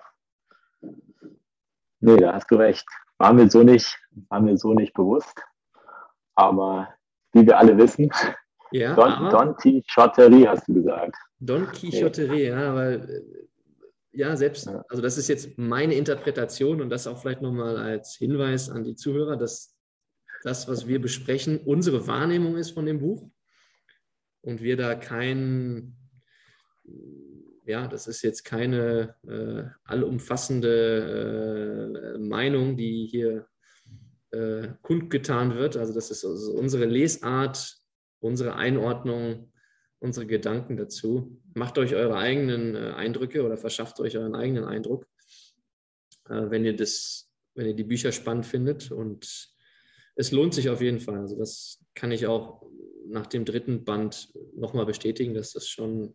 Nee, da hast du recht. War mir so nicht, war mir so nicht bewusst. Aber wie wir alle wissen, ja, Don, Don Quixoterie hast du gesagt. Don Quixoterie, ja, ja weil ja, selbst, also das ist jetzt meine Interpretation und das auch vielleicht nochmal als Hinweis an die Zuhörer, dass das, was wir besprechen, unsere Wahrnehmung ist von dem Buch. Und wir da kein, ja, das ist jetzt keine äh, allumfassende äh, Meinung, die hier äh, kundgetan wird. Also das ist also unsere Lesart, unsere Einordnung, unsere Gedanken dazu. Macht euch eure eigenen äh, Eindrücke oder verschafft euch euren eigenen Eindruck, äh, wenn ihr das, wenn ihr die Bücher spannend findet. Und es lohnt sich auf jeden Fall. Also das kann ich auch nach dem dritten Band nochmal bestätigen, dass das schon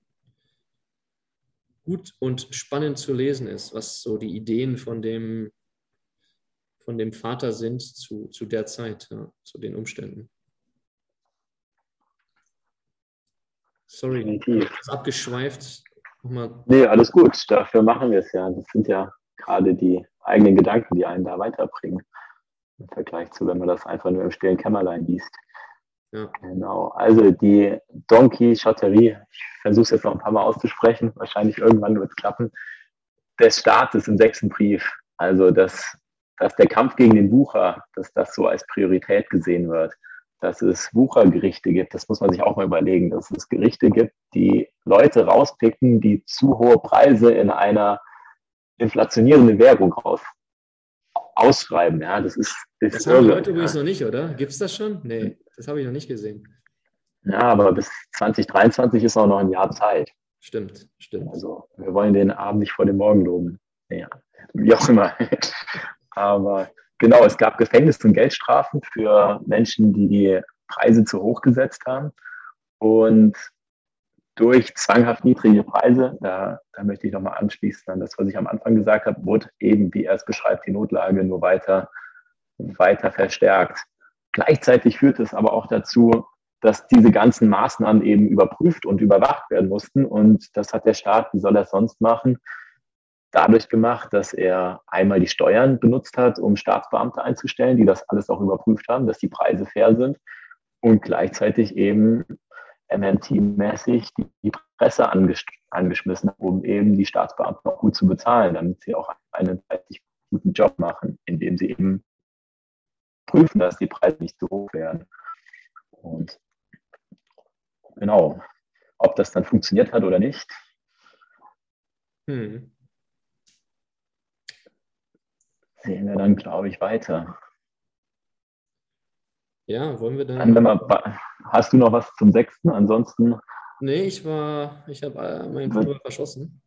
gut und spannend zu lesen ist, was so die Ideen von dem, von dem Vater sind zu, zu der Zeit, ja, zu den Umständen. Sorry, ich ist abgeschweift. Nochmal. Nee, alles gut, dafür machen wir es ja. Das sind ja gerade die eigenen Gedanken, die einen da weiterbringen. Im Vergleich zu, wenn man das einfach nur im stillen Kämmerlein liest. Ja. Genau, also die Don Quixoterie, ich versuche es jetzt noch ein paar Mal auszusprechen, wahrscheinlich irgendwann wird es klappen, des Staates im sechsten Brief. Also, dass, dass der Kampf gegen den Wucher, dass das so als Priorität gesehen wird, dass es Wuchergerichte gibt, das muss man sich auch mal überlegen, dass es Gerichte gibt, die Leute rauspicken, die zu hohe Preise in einer inflationierenden Währung raus, ausschreiben. Ja, das ist, ist das haben die Leute übrigens ja. noch nicht, oder? Gibt es das schon? Nee, das habe ich noch nicht gesehen. Ja, aber bis zwanzig dreiundzwanzig ist auch noch ein Jahr Zeit. Stimmt, stimmt. Also wir wollen den Abend nicht vor dem Morgen loben. Ja, wie auch immer. Aber genau, es gab Gefängnis- und Geldstrafen für Menschen, die die Preise zu hoch gesetzt haben. Und durch zwanghaft niedrige Preise, da, da möchte ich nochmal anschließen an das, was ich am Anfang gesagt habe, wurde eben, wie er es beschreibt, die Notlage nur weiter, weiter verstärkt. Gleichzeitig führt es aber auch dazu, dass diese ganzen Maßnahmen eben überprüft und überwacht werden mussten. Und das hat der Staat, wie soll er es sonst machen, dadurch gemacht, dass er einmal die Steuern benutzt hat, um Staatsbeamte einzustellen, die das alles auch überprüft haben, dass die Preise fair sind, und gleichzeitig eben M M T-mäßig die Presse angesch angeschmissen, um eben die Staatsbeamten auch gut zu bezahlen, damit sie auch einen richtig guten Job machen, indem sie eben prüfen, dass die Preise nicht zu hoch werden. Und genau, ob das dann funktioniert hat oder nicht, hm. sehen wir dann, glaube ich, weiter. Ja, wollen wir dann... dann wir, hast du noch was zum sechsten? Ansonsten... Nee, ich war, ich habe äh, meinen Pulver verschossen.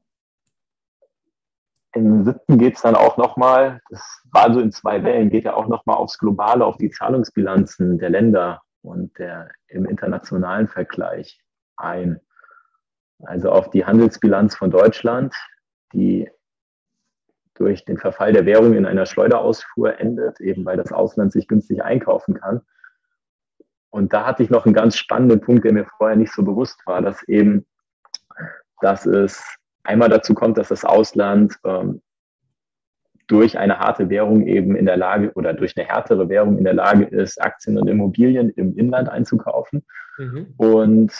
Im siebten geht es dann auch nochmal, das war so in zwei Wellen, geht ja auch nochmal aufs Globale, auf die Zahlungsbilanzen der Länder und der im internationalen Vergleich ein. Also auf die Handelsbilanz von Deutschland, die durch den Verfall der Währung in einer Schleuderausfuhr endet, eben weil das Ausland sich günstig einkaufen kann. Und da hatte ich noch einen ganz spannenden Punkt, der mir vorher nicht so bewusst war, dass eben, dass es einmal dazu kommt, dass das Ausland ähm, durch eine harte Währung eben in der Lage oder durch eine härtere Währung in der Lage ist, Aktien und Immobilien im Inland einzukaufen. Mhm. Und,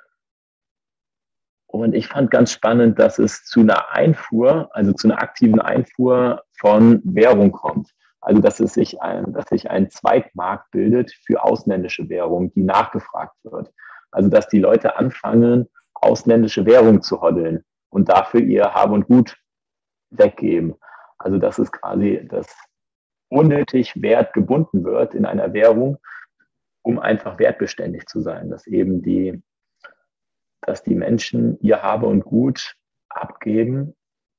und ich fand ganz spannend, dass es zu einer Einfuhr, also zu einer aktiven Einfuhr von Währung kommt. Also dass es sich ein, dass sich ein Zweigmarkt bildet für ausländische Währung, die nachgefragt wird. Also dass die Leute anfangen, ausländische Währung zu hoddeln und dafür ihr Hab und Gut weggeben. Also dass es quasi das unnötig Wert gebunden wird in einer Währung, um einfach wertbeständig zu sein. Dass eben die, dass die Menschen ihr Habe und Gut abgeben,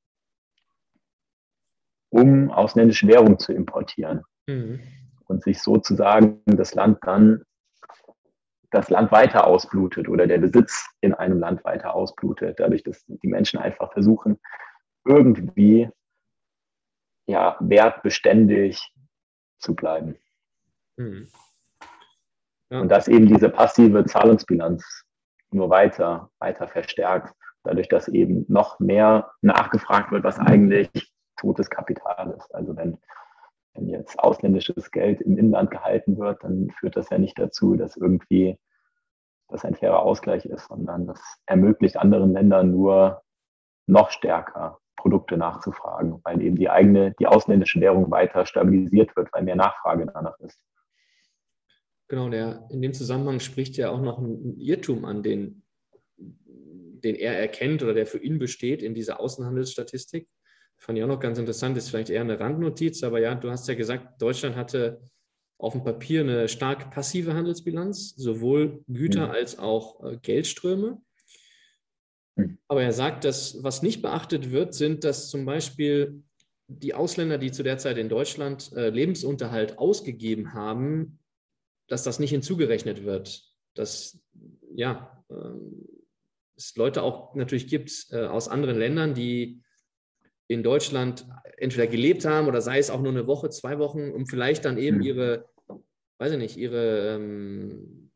um ausländische Währung zu importieren. Mhm. Und sich sozusagen das Land dann, das Land weiter ausblutet oder der Besitz in einem Land weiter ausblutet, dadurch, dass die Menschen einfach versuchen, irgendwie ja, wertbeständig zu bleiben. Mhm. Ja. Und dass eben diese passive Zahlungsbilanz nur weiter, weiter verstärkt, dadurch, dass eben noch mehr nachgefragt wird, was eigentlich totes Kapital ist. Also wenn, wenn jetzt ausländisches Geld im Inland gehalten wird, dann führt das ja nicht dazu, dass irgendwie das ein fairer Ausgleich ist, sondern das ermöglicht anderen Ländern nur noch stärker Produkte nachzufragen, weil eben die eigene, die ausländische Währung weiter stabilisiert wird, weil mehr Nachfrage danach ist. Genau, der, in dem Zusammenhang spricht ja auch noch ein Irrtum an, den, den er erkennt oder der für ihn besteht in dieser Außenhandelsstatistik. Fand ich auch noch ganz interessant, ist vielleicht eher eine Randnotiz, aber ja, du hast ja gesagt, Deutschland hatte auf dem Papier eine stark passive Handelsbilanz, sowohl Güter mhm. als auch äh, Geldströme. Mhm. Aber er sagt, dass was nicht beachtet wird, sind, dass zum Beispiel die Ausländer, die zu der Zeit in Deutschland äh, Lebensunterhalt ausgegeben haben, dass das nicht hinzugerechnet wird. Dass ja, äh, es Leute auch natürlich gibt äh, aus anderen Ländern, die in Deutschland entweder gelebt haben oder sei es auch nur eine Woche, zwei Wochen, um vielleicht dann eben ihre, weiß ich nicht, ihre, ähm,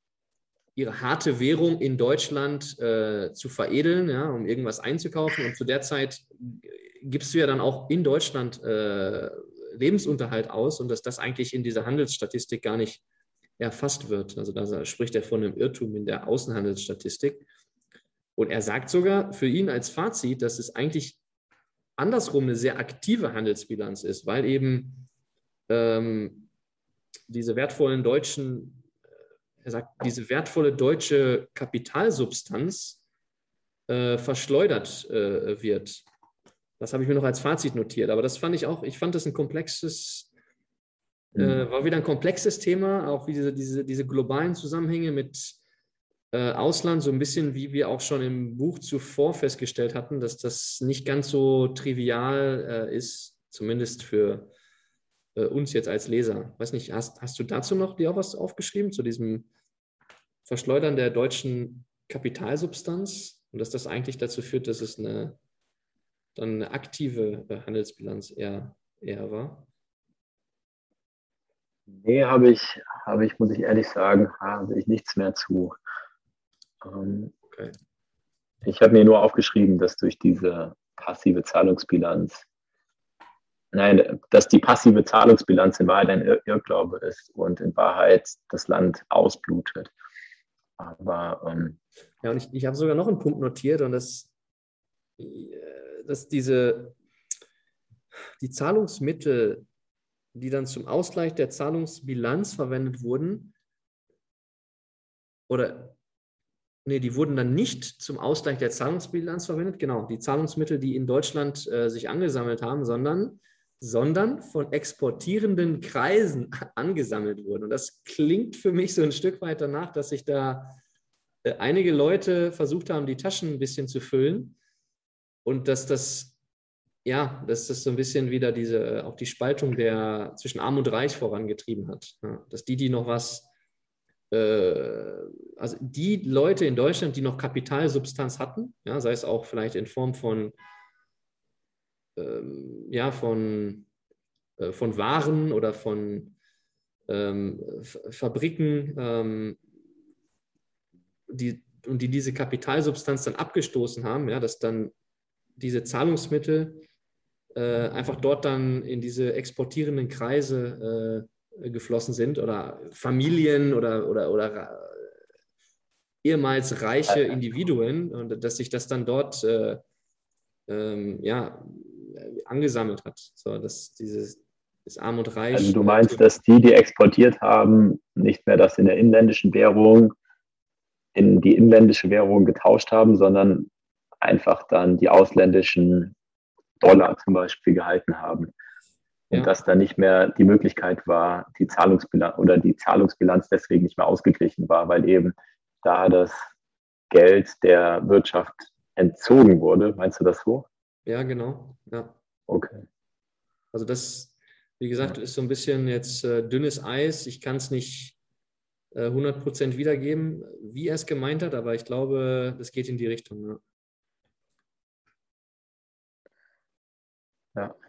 ihre harte Währung in Deutschland äh, zu veredeln, ja, um irgendwas einzukaufen. Und zu der Zeit gibst du ja dann auch in Deutschland äh, Lebensunterhalt aus und dass das eigentlich in dieser Handelsstatistik gar nicht erfasst wird. Also da spricht er von einem Irrtum in der Außenhandelsstatistik. Und er sagt sogar für ihn als Fazit, dass es eigentlich andersrum eine sehr aktive Handelsbilanz ist, weil eben ähm, diese wertvollen deutschen, er sagt, diese wertvolle deutsche Kapitalsubstanz äh, verschleudert äh, wird. Das habe ich mir noch als Fazit notiert, aber das fand ich auch, ich fand das ein komplexes, äh, war wieder ein komplexes Thema, auch wie diese, diese, diese globalen Zusammenhänge mit äh, Ausland, so ein bisschen wie wir auch schon im Buch zuvor festgestellt hatten, dass das nicht ganz so trivial äh, ist, zumindest für äh, uns jetzt als Leser. Weiß nicht, hast, hast du dazu noch dir auch was aufgeschrieben, zu diesem Verschleudern der deutschen Kapitalsubstanz und dass das eigentlich dazu führt, dass es eine, dann eine aktive äh, Handelsbilanz eher, eher war? Nee, habe ich, habe ich, muss ich ehrlich sagen, habe ich nichts mehr zu. Ähm, Okay. Ich habe mir nur aufgeschrieben, dass durch diese passive Zahlungsbilanz, nein, dass die passive Zahlungsbilanz in Wahrheit ein Ir- Irrglaube ist und in Wahrheit das Land ausblutet. Aber ähm, Ja, und ich, ich habe sogar noch einen Punkt notiert und das, äh, dass diese, die Zahlungsmittel, die dann zum Ausgleich der Zahlungsbilanz verwendet wurden, oder nee, die wurden dann nicht zum Ausgleich der Zahlungsbilanz verwendet, genau, die Zahlungsmittel, die in Deutschland äh, sich angesammelt haben, sondern, sondern von exportierenden Kreisen angesammelt wurden. Und das klingt für mich so ein Stück weit danach, dass sich da äh, einige Leute versucht haben, die Taschen ein bisschen zu füllen und dass das, ja, dass das so ein bisschen wieder diese, auch die Spaltung der, zwischen Arm und Reich vorangetrieben hat. Ja, dass die, die noch was also die Leute in Deutschland, die noch Kapitalsubstanz hatten, ja, sei es auch vielleicht in Form von, ähm, ja, von, äh, von Waren oder von ähm, Fabriken, ähm, die, und die diese Kapitalsubstanz dann abgestoßen haben, ja, dass dann diese Zahlungsmittel äh, einfach dort dann in diese exportierenden Kreise äh, geflossen sind oder Familien oder, oder, oder ehemals reiche Individuen und dass sich das dann dort äh, ähm, ja, angesammelt hat. So, dass dieses das Arm und Reich. Also du meinst, dass die, die exportiert haben, nicht mehr das in der inländischen Währung in die inländische Währung getauscht haben, sondern einfach dann die ausländischen Dollar zum Beispiel gehalten haben. Und ja. dass da nicht mehr die Möglichkeit war, die Zahlungsbilanz oder die Zahlungsbilanz deswegen nicht mehr ausgeglichen war, weil eben da das Geld der Wirtschaft entzogen wurde. Meinst du das so? Ja, genau. Ja. Okay. Also das, wie gesagt, ja. ist so ein bisschen jetzt äh, dünnes Eis. Ich kann es nicht äh, hundert Prozent wiedergeben, wie er es gemeint hat, aber ich glaube, das geht in die Richtung. Ja. Ja.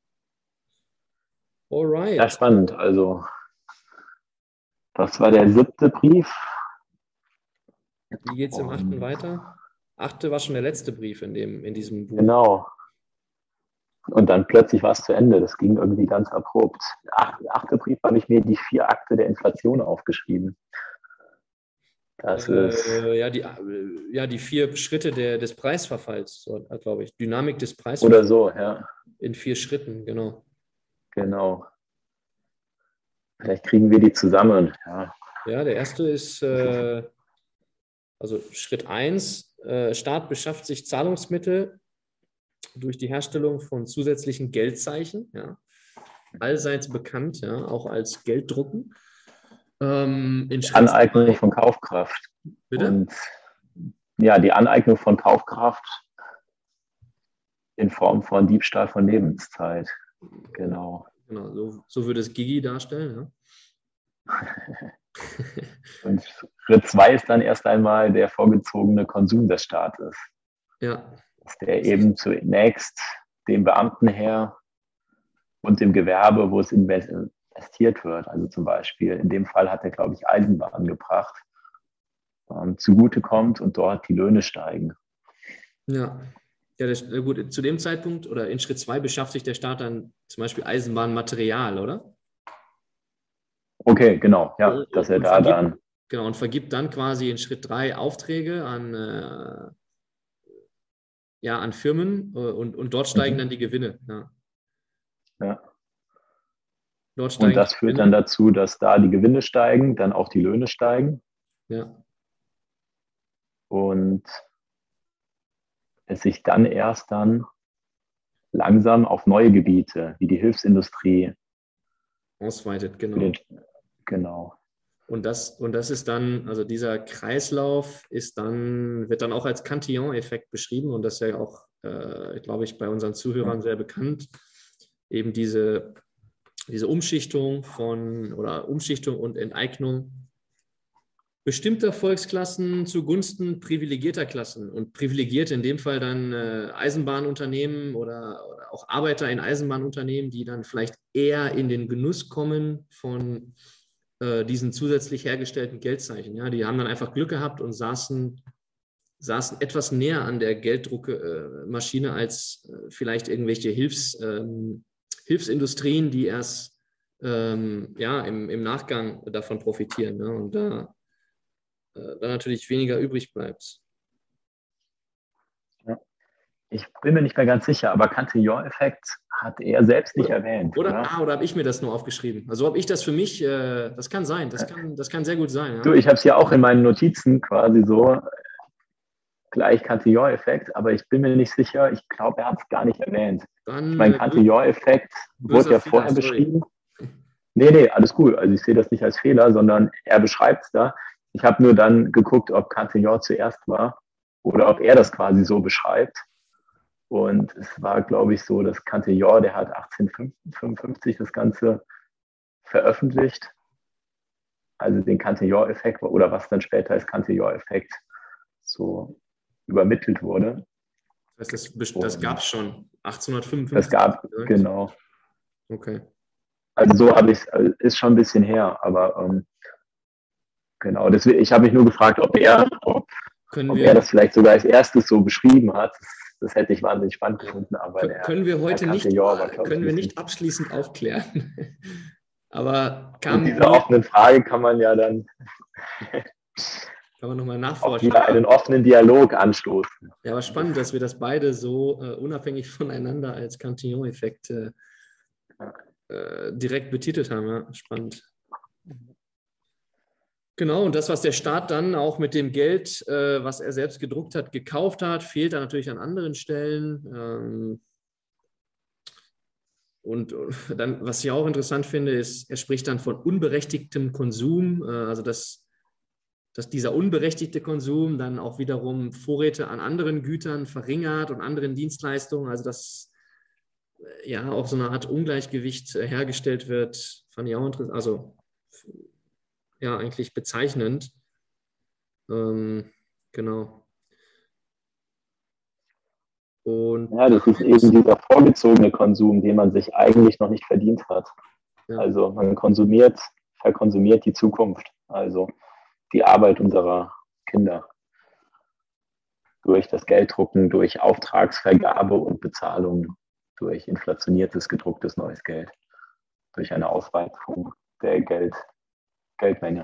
Alright. Ja, spannend. Also, das war der siebte Brief. Wie geht es im achten weiter? Achte war schon der letzte Brief in, dem, in diesem Buch. Genau. Und dann plötzlich war es zu Ende. Das ging irgendwie ganz abrupt. Ach, der achte Brief habe ich mir die vier Akte der Inflation aufgeschrieben. Das äh, ist ja, die, ja, die vier Schritte der, des Preisverfalls, so, glaube ich. Dynamik des Preisverfalls. Oder so, ja. In vier Schritten, genau. Genau. Vielleicht kriegen wir die zusammen. Ja, ja der erste ist, äh, also Schritt eins, äh, Staat beschafft sich Zahlungsmittel durch die Herstellung von zusätzlichen Geldzeichen, ja, allseits bekannt, ja, auch als Gelddrucken. Ähm, in Aneignung zwei, von Kaufkraft. Bitte? Und, ja, die Aneignung von Kaufkraft in Form von Diebstahl von Lebenszeit. Genau. Genau, so, so würde es Gigi darstellen, ja. Und Schritt zwei ist dann erst einmal der vorgezogene Konsum des Staates. Ja. Dass der eben zunächst dem Beamtenheer und dem Gewerbe, wo es investiert wird, also zum Beispiel, in dem Fall hat er, glaube ich, Eisenbahn gebracht, ähm, zugutekommt und dort die Löhne steigen. Ja. Ja, das, gut, zu dem Zeitpunkt oder in Schritt zwei beschafft sich der Staat dann zum Beispiel Eisenbahnmaterial, oder? Okay, genau, ja, dass er da vergibt, dann... Genau, und vergibt dann quasi in Schritt drei Aufträge an, äh, ja, an Firmen äh, und, und dort steigen mhm. dann die Gewinne. Ja. ja. Dort steigen und das führt Gewinne. Dann dazu, dass da die Gewinne steigen, dann auch die Löhne steigen. Ja. Und es sich dann erst dann langsam auf neue Gebiete, wie die Hilfsindustrie, ausweitet, genau. Den, genau. Und das, und das ist dann, also dieser Kreislauf ist dann, wird dann auch als Cantillon-Effekt beschrieben und das ist ja auch, äh, glaube ich, bei unseren Zuhörern sehr bekannt. Eben diese, diese Umschichtung von oder Umschichtung und Enteignung bestimmter Volksklassen zugunsten privilegierter Klassen und privilegiert in dem Fall dann äh, Eisenbahnunternehmen oder, oder auch Arbeiter in Eisenbahnunternehmen, die dann vielleicht eher in den Genuss kommen von äh, diesen zusätzlich hergestellten Geldzeichen. Ja, die haben dann einfach Glück gehabt und saßen, saßen etwas näher an der Gelddruckmaschine äh, als äh, vielleicht irgendwelche Hilfs, ähm, Hilfsindustrien, die erst ähm, ja, im, im Nachgang davon profitieren. Ne? Und da dann natürlich weniger übrig bleibt. Ja. Ich bin mir nicht mehr ganz sicher, aber Cantillon-Effekt hat er selbst nicht oder, erwähnt. Oder, oder? Ah, oder habe ich mir das nur aufgeschrieben? Also habe ich das für mich, äh, das kann sein, das kann, das kann sehr gut sein. Ja? Du, ich habe es ja auch in meinen Notizen quasi so, gleich Cantillon-Effekt, aber ich bin mir nicht sicher, ich glaube, er hat es gar nicht erwähnt. Dann, ich meine, Cantillon-Effekt wurde ja vorher Fehler, beschrieben. Nee, nee, alles gut. Also ich sehe das nicht als Fehler, sondern er beschreibt es da. Ich habe nur dann geguckt, ob Cantillon zuerst war oder ob er das quasi so beschreibt. Und es war, glaube ich, so, dass Cantillon, der hat achtzehnhundertfünfundfünfzig das Ganze veröffentlicht. Also den Cantillon-Effekt oder was dann später als Cantillon-Effekt so übermittelt wurde. Das, das, das gab es schon, achtzehnhundertfünfundfünfzig. Das gab, genau. Okay. Also so habe ich es, ist schon ein bisschen her, aber ähm, genau, deswegen, ich habe mich nur gefragt, ob er, ob, ob er das vielleicht sogar als erstes so beschrieben hat. Das, das hätte ich wahnsinnig spannend gefunden. Aber können, der, können wir heute nicht, war, können wir nicht abschließend aufklären. Aber kam diese offenen Frage kann man ja dann kann man nochmal nachforschen. Wieder einen offenen Dialog anstoßen. Ja, aber spannend, dass wir das beide so äh, unabhängig voneinander als Cantillon-Effekt äh, äh, direkt betitelt haben. Ja, spannend. Genau, und das, was der Staat dann auch mit dem Geld, äh, was er selbst gedruckt hat, gekauft hat, fehlt dann natürlich an anderen Stellen. Ähm, und dann, was ich auch interessant finde, ist, er spricht dann von unberechtigtem Konsum, äh, also dass, dass dieser unberechtigte Konsum dann auch wiederum Vorräte an anderen Gütern verringert und anderen Dienstleistungen, also dass äh, ja auch so eine Art Ungleichgewicht äh, hergestellt wird, fand ich auch interessant, also ja, eigentlich bezeichnend. Ähm, genau. Und ja, das ist eben dieser vorgezogene Konsum, den man sich eigentlich noch nicht verdient hat. Ja. Also man konsumiert, verkonsumiert die Zukunft, also die Arbeit unserer Kinder. Durch das Gelddrucken, durch Auftragsvergabe und Bezahlung, durch inflationiertes, gedrucktes neues Geld, durch eine Ausweitung der Geld, Geldmenge.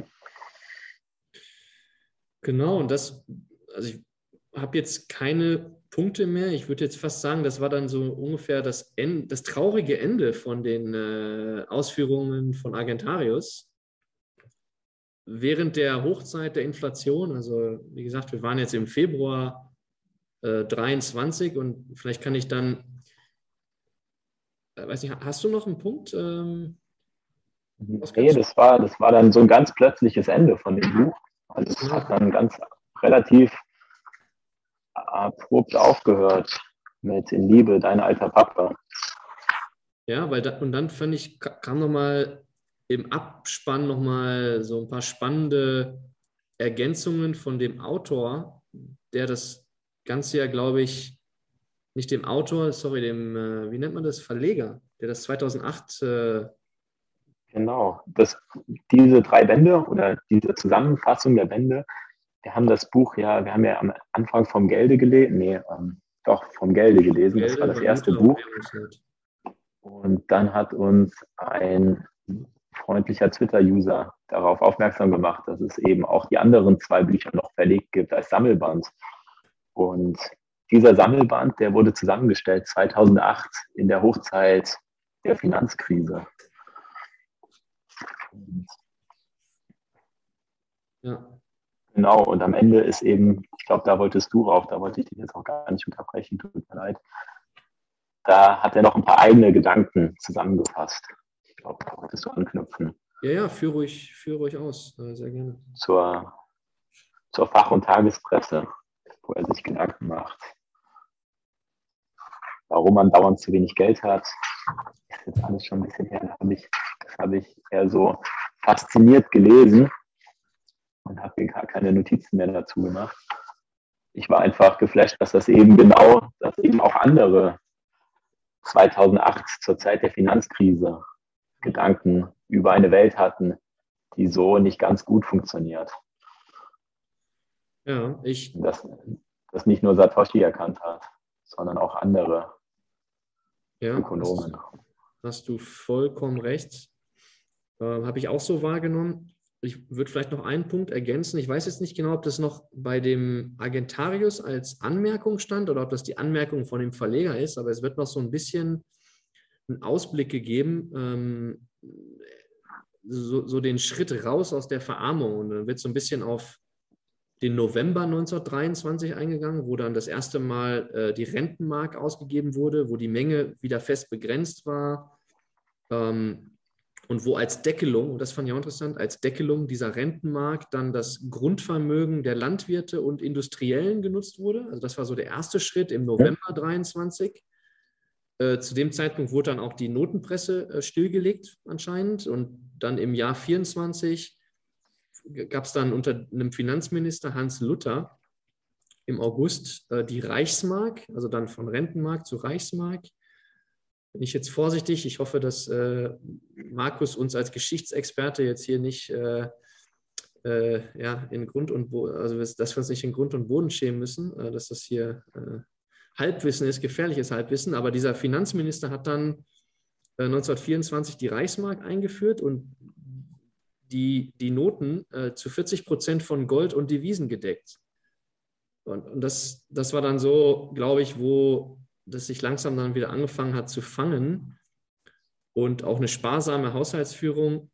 Genau, und das, also ich habe jetzt keine Punkte mehr. Ich würde jetzt fast sagen, das war dann so ungefähr das, Ende, das traurige Ende von den äh, Ausführungen von Argentarius. Während der Hochzeit der Inflation, also wie gesagt, wir waren jetzt im Februar äh, dreiundzwanzig und vielleicht kann ich dann, äh, weiß nicht, hast du noch einen Punkt? Ähm, Nee, das war, das war dann so ein ganz plötzliches Ende von dem Buch. Also es hat dann ganz relativ abrupt aufgehört mit In Liebe, dein alter Papa. Ja, weil da, und dann fand ich, kam nochmal im Abspann nochmal so ein paar spannende Ergänzungen von dem Autor, der das Ganze ja, glaube ich, nicht dem Autor, sorry, dem, äh, wie nennt man das, Verleger, der das zweitausendacht äh, Genau, das, diese drei Bände oder diese Zusammenfassung der Bände, wir haben das Buch ja, wir haben ja am Anfang vom Gelde gelesen, nee, ähm, doch, vom Gelde gelesen, Gelde das war das erste Buch. Und dann hat uns ein freundlicher Twitter-User darauf aufmerksam gemacht, dass es eben auch die anderen zwei Bücher noch verlegt gibt als Sammelband. Und dieser Sammelband, der wurde zusammengestellt zweitausendacht in der Hochzeit der Finanzkrise. Ja. Genau, und am Ende ist eben, ich glaube, da wolltest du rauf, da wollte ich dich jetzt auch gar nicht unterbrechen, tut mir leid. Da hat er noch ein paar eigene Gedanken zusammengefasst. Ich glaube, da wolltest du anknüpfen. Ja, ja, führ ruhig, führ ruhig aus, sehr gerne. Zur, zur Fach- und Tagespresse, wo er sich Gedanken macht, warum man dauernd zu wenig Geld hat. Das ist jetzt alles schon ein bisschen her, das habe ich, das habe ich eher so fasziniert gelesen und habe mir gar keine Notizen mehr dazu gemacht. Ich war einfach geflasht, dass das eben genau, dass eben auch andere zweitausendacht zur Zeit der Finanzkrise Gedanken über eine Welt hatten, die so nicht ganz gut funktioniert. Ja, ich. Dass das nicht nur Satoshi erkannt hat, sondern auch andere ja, Ökonomen. Hast, hast du vollkommen recht. Äh, habe ich auch so wahrgenommen. Ich würde vielleicht noch einen Punkt ergänzen. Ich weiß jetzt nicht genau, ob das noch bei dem Argentarius als Anmerkung stand oder ob das die Anmerkung von dem Verleger ist, aber es wird noch so ein bisschen einen Ausblick gegeben, ähm, so, so den Schritt raus aus der Verarmung. Und dann wird so ein bisschen auf den November neunzehnhundertdreiundzwanzig eingegangen, wo dann das erste Mal äh, die Rentenmark ausgegeben wurde, wo die Menge wieder fest begrenzt war ähm, und wo als Deckelung, und das fand ich auch interessant, als Deckelung dieser Rentenmark dann das Grundvermögen der Landwirte und Industriellen genutzt wurde. Also das war so der erste Schritt im November dreiundzwanzig. Äh, zu dem Zeitpunkt wurde dann auch die Notenpresse äh, stillgelegt anscheinend und dann im Jahr vierundzwanzig gab es dann unter einem Finanzminister Hans Luther im August äh, die Reichsmark, also dann von Rentenmark zu Reichsmark. Bin ich jetzt vorsichtig, ich hoffe, dass äh, Markus uns als Geschichtsexperte jetzt hier nicht äh, äh, ja, in Grund und Boden, also dass wir uns nicht in Grund und Boden schämen müssen, äh, dass das hier äh, Halbwissen ist, gefährliches Halbwissen, aber dieser Finanzminister hat dann äh, neunzehnhundertvierundzwanzig die Reichsmark eingeführt und die, die Noten äh, zu vierzig Prozent von Gold und Devisen gedeckt. Und, und das, das war dann so, glaube ich, wo das sich langsam dann wieder angefangen hat zu fangen und auch eine sparsame Haushaltsführung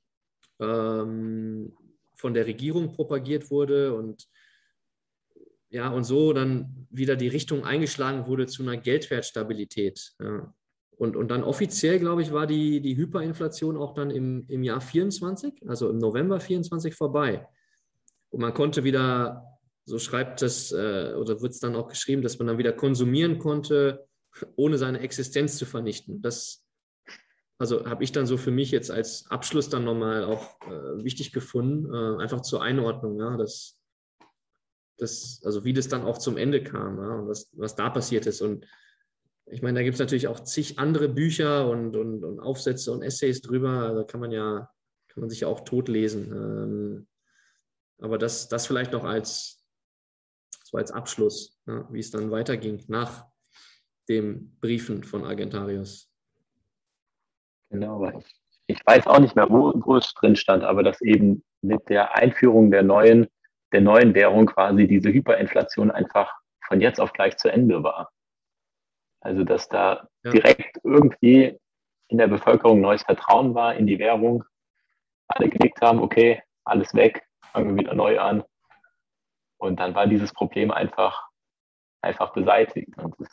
ähm, von der Regierung propagiert wurde und ja, und so dann wieder die Richtung eingeschlagen wurde zu einer Geldwertstabilität. Ja. Und, und dann offiziell, glaube ich, war die, die Hyperinflation auch dann im, im Jahr vierundzwanzig, also im November vierundzwanzig vorbei. Und man konnte wieder, so schreibt es, äh, oder wird es dann auch geschrieben, dass man dann wieder konsumieren konnte, ohne seine Existenz zu vernichten. Das, also habe ich dann so für mich jetzt als Abschluss dann nochmal auch äh, wichtig gefunden, äh, einfach zur Einordnung, ja, dass, dass, also wie das dann auch zum Ende kam, ja, und was, was da passiert ist. Und ich meine, da gibt es natürlich auch zig andere Bücher und, und, und Aufsätze und Essays drüber. Da kann man ja, kann man sich ja auch totlesen. Ähm, aber das, das vielleicht noch als, so als Abschluss, ja, wie es dann weiterging nach dem Briefen von Argentarius. Genau, ich, ich weiß auch nicht mehr, wo, wo es drin stand, aber dass eben mit der Einführung der neuen, der neuen Währung quasi diese Hyperinflation einfach von jetzt auf gleich zu Ende war. Also, dass da ja. direkt irgendwie in der Bevölkerung neues Vertrauen war in die Währung. Alle geklickt haben, okay, alles weg, fangen wir wieder neu an. Und dann war dieses Problem einfach, einfach beseitigt. Und das,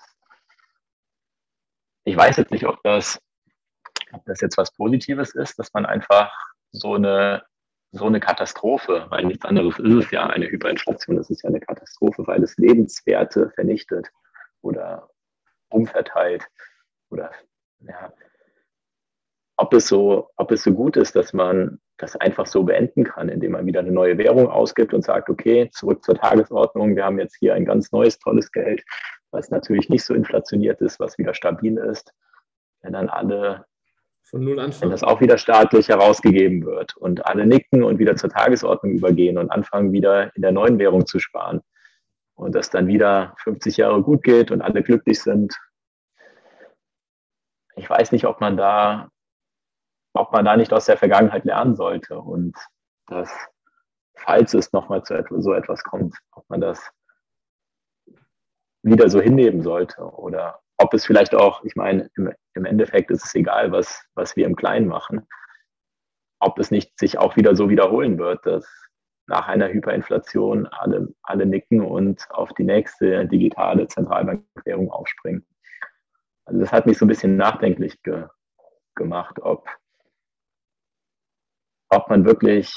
ich weiß jetzt nicht, ob das, ob das jetzt was Positives ist, dass man einfach so eine, so eine Katastrophe, weil nichts anderes ist es ja, eine Hyperinflation, das ist ja eine Katastrophe, weil es Lebenswerte vernichtet oder umverteilt oder ja, ob es so, ob es so gut ist, dass man das einfach so beenden kann, indem man wieder eine neue Währung ausgibt und sagt, okay, zurück zur Tagesordnung, wir haben jetzt hier ein ganz neues, tolles Geld, was natürlich nicht so inflationiert ist, was wieder stabil ist, wenn dann alle, von null anfangen, wenn das auch wieder staatlich herausgegeben wird und alle nicken und wieder zur Tagesordnung übergehen und anfangen wieder in der neuen Währung zu sparen. Und das dann wieder fünfzig Jahre gut geht und alle glücklich sind. Ich weiß nicht, ob man da, ob man da nicht aus der Vergangenheit lernen sollte und dass, falls es nochmal zu so etwas kommt, ob man das wieder so hinnehmen sollte oder ob es vielleicht auch, ich meine, im, im Endeffekt ist es egal, was, was wir im Kleinen machen, ob es nicht sich auch wieder so wiederholen wird, dass nach einer Hyperinflation alle, alle nicken und auf die nächste digitale Zentralbankwährung aufspringen. Also das hat mich so ein bisschen nachdenklich ge, gemacht, ob, ob man wirklich,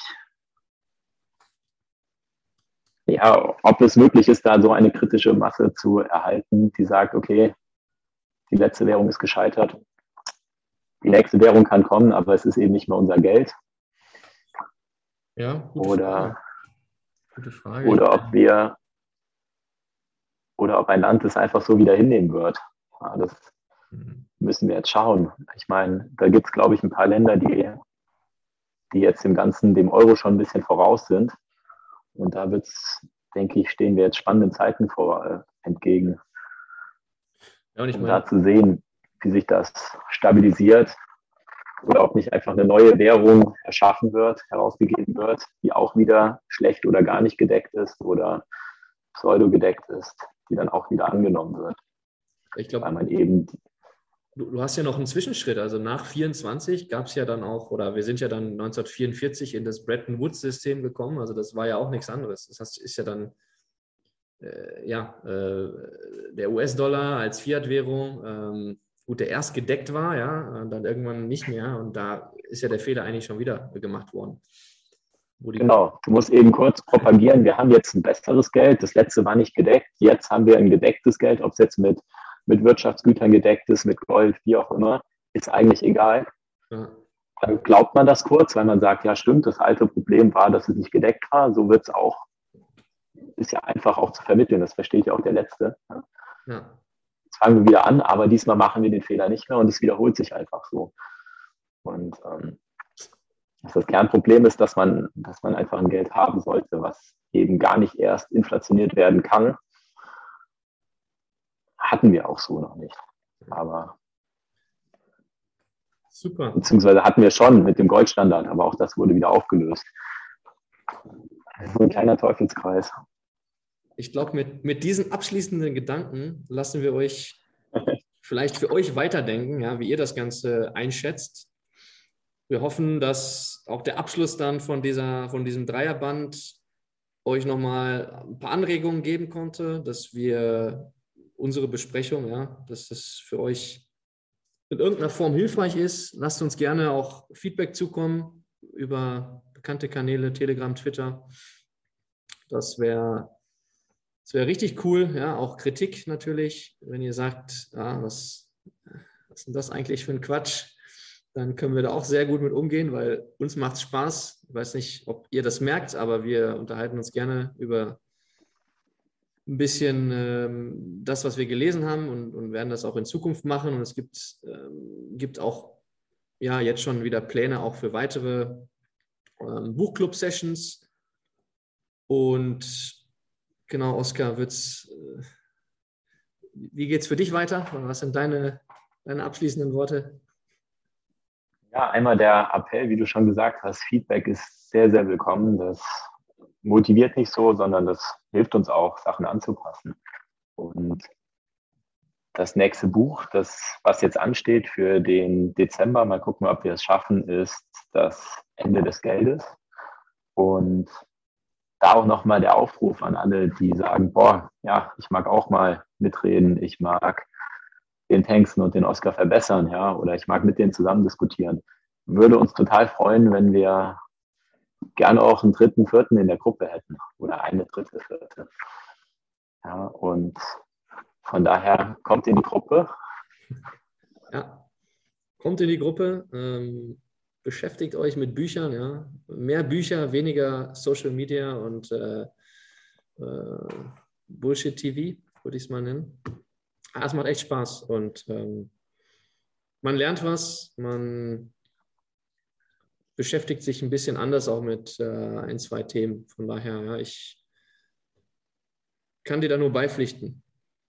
ja, ob es möglich ist, da so eine kritische Masse zu erhalten, die sagt, okay, die letzte Währung ist gescheitert, die nächste Währung kann kommen, aber es ist eben nicht mehr unser Geld. Ja, gute oder, Frage. Gute Frage. Oder ob wir, oder ob ein Land es einfach so wieder hinnehmen wird. Ja, das müssen wir jetzt schauen. Ich meine, da gibt es, glaube ich, ein paar Länder, die, die jetzt dem Ganzen, dem Euro schon ein bisschen voraus sind. Und da wird's, denke ich, stehen wir jetzt spannenden Zeiten vor, äh, entgegen. Ja, und ich um meine, da zu sehen, wie sich das stabilisiert oder ob nicht einfach eine neue Währung erschaffen wird, herausgegeben wird, die auch wieder schlecht oder gar nicht gedeckt ist oder pseudo gedeckt ist, die dann auch wieder angenommen wird. ich glaube, Weil man eben du, du hast ja noch einen Zwischenschritt. Also nach vierundzwanzig gab es ja dann auch, oder wir sind ja dann neunzehnhundertvierundvierzig in das Bretton Woods-System gekommen. Also das war ja auch nichts anderes. Das heißt, ist ja dann äh, ja, äh, der U S-Dollar als Fiat-Währung, ähm, gut, der erst gedeckt war, ja, und dann irgendwann nicht mehr. Und da ist ja der Fehler eigentlich schon wieder gemacht worden. Genau, du musst eben kurz propagieren, wir haben jetzt ein besseres Geld, das letzte war nicht gedeckt, jetzt haben wir ein gedecktes Geld, ob es jetzt mit, mit Wirtschaftsgütern gedeckt ist, mit Gold, wie auch immer, ist eigentlich egal. Ja. Dann glaubt man das kurz, weil man sagt, ja stimmt, das alte Problem war, dass es nicht gedeckt war, so wird es auch, ist ja einfach auch zu vermitteln, das versteht ja auch der Letzte. Ja. Ja. Jetzt fangen wir wieder an, aber diesmal machen wir den Fehler nicht mehr und es wiederholt sich einfach so. Und ähm, das Kernproblem ist, dass man, dass man einfach ein Geld haben sollte, was eben gar nicht erst inflationiert werden kann. Hatten wir auch so noch nicht. Aber super. Beziehungsweise hatten wir schon mit dem Goldstandard, aber auch das wurde wieder aufgelöst. Das ist ein kleiner Teufelskreis. Ich glaube, mit, mit diesen abschließenden Gedanken lassen wir euch vielleicht für euch weiterdenken, ja, wie ihr das Ganze einschätzt. Wir hoffen, dass auch der Abschluss dann von, dieser, von diesem Dreierband euch nochmal ein paar Anregungen geben konnte, dass wir unsere Besprechung, ja, dass das für euch in irgendeiner Form hilfreich ist. Lasst uns gerne auch Feedback zukommen über bekannte Kanäle, Telegram, Twitter. Das wäre das wär richtig cool. Ja, auch Kritik natürlich, wenn ihr sagt, ja, was, was ist denn das eigentlich für ein Quatsch? Dann können wir da auch sehr gut mit umgehen, weil uns macht es Spaß. Ich weiß nicht, ob ihr das merkt, aber wir unterhalten uns gerne über ein bisschen ähm, das, was wir gelesen haben und, und werden das auch in Zukunft machen. Und es gibt, ähm, gibt auch ja, jetzt schon wieder Pläne auch für weitere ähm, Buchclub-Sessions. Und genau, Oskar, wird's, äh, wie geht es für dich weiter? Was sind deine, deine abschließenden Worte? Ja, einmal der Appell, wie du schon gesagt hast, Feedback ist sehr, sehr willkommen. Das motiviert nicht so, sondern das hilft uns auch, Sachen anzupassen. Und das nächste Buch, das, was jetzt ansteht für den Dezember, mal gucken, ob wir es schaffen, ist das Ende des Geldes. Und da auch nochmal der Aufruf an alle, die sagen, boah, ja, ich mag auch mal mitreden, ich mag den Hengsten und den Oskar verbessern, ja, oder ich mag mit denen zusammen diskutieren. Würde uns total freuen, wenn wir gerne auch einen dritten, vierten in der Gruppe hätten oder eine dritte, vierte. Ja, und von daher kommt in die Gruppe. Ja, kommt in die Gruppe, ähm, beschäftigt euch mit Büchern, ja, mehr Bücher, weniger Social Media und äh, äh, Bullshit-T V, würde ich es mal nennen. Ah, es macht echt Spaß und ähm, man lernt was, man beschäftigt sich ein bisschen anders auch mit äh, ein, zwei Themen. Von daher, ja, ich kann dir da nur beipflichten.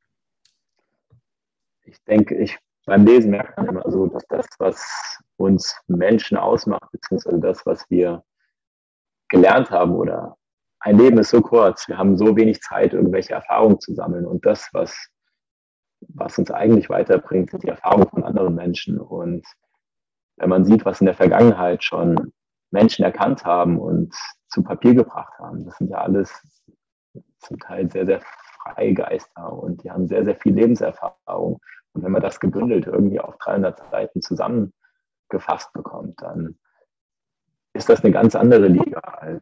Ich denke, ich beim Lesen merkt man immer so, dass das, was uns Menschen ausmacht, beziehungsweise das, was wir gelernt haben oder ein Leben ist so kurz, wir haben so wenig Zeit, irgendwelche Erfahrungen zu sammeln und das, was was uns eigentlich weiterbringt, sind die Erfahrungen von anderen Menschen. Und wenn man sieht, was in der Vergangenheit schon Menschen erkannt haben und zu Papier gebracht haben, das sind ja alles zum Teil sehr, sehr freie Geister und die haben sehr, sehr viel Lebenserfahrung. Und wenn man das gebündelt irgendwie auf dreihundert Seiten zusammengefasst bekommt, dann ist das eine ganz andere Liga als,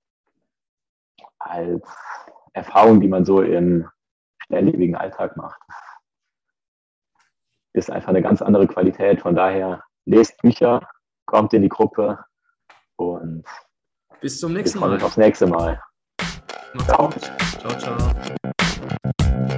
als Erfahrung, die man so im schnelllebigen Alltag macht. Ist einfach eine ganz andere Qualität. Von daher lest Bücher, kommt in die Gruppe und bis zum nächsten Mal. Bis aufs nächste Mal. Macht's gut. Ciao, ciao.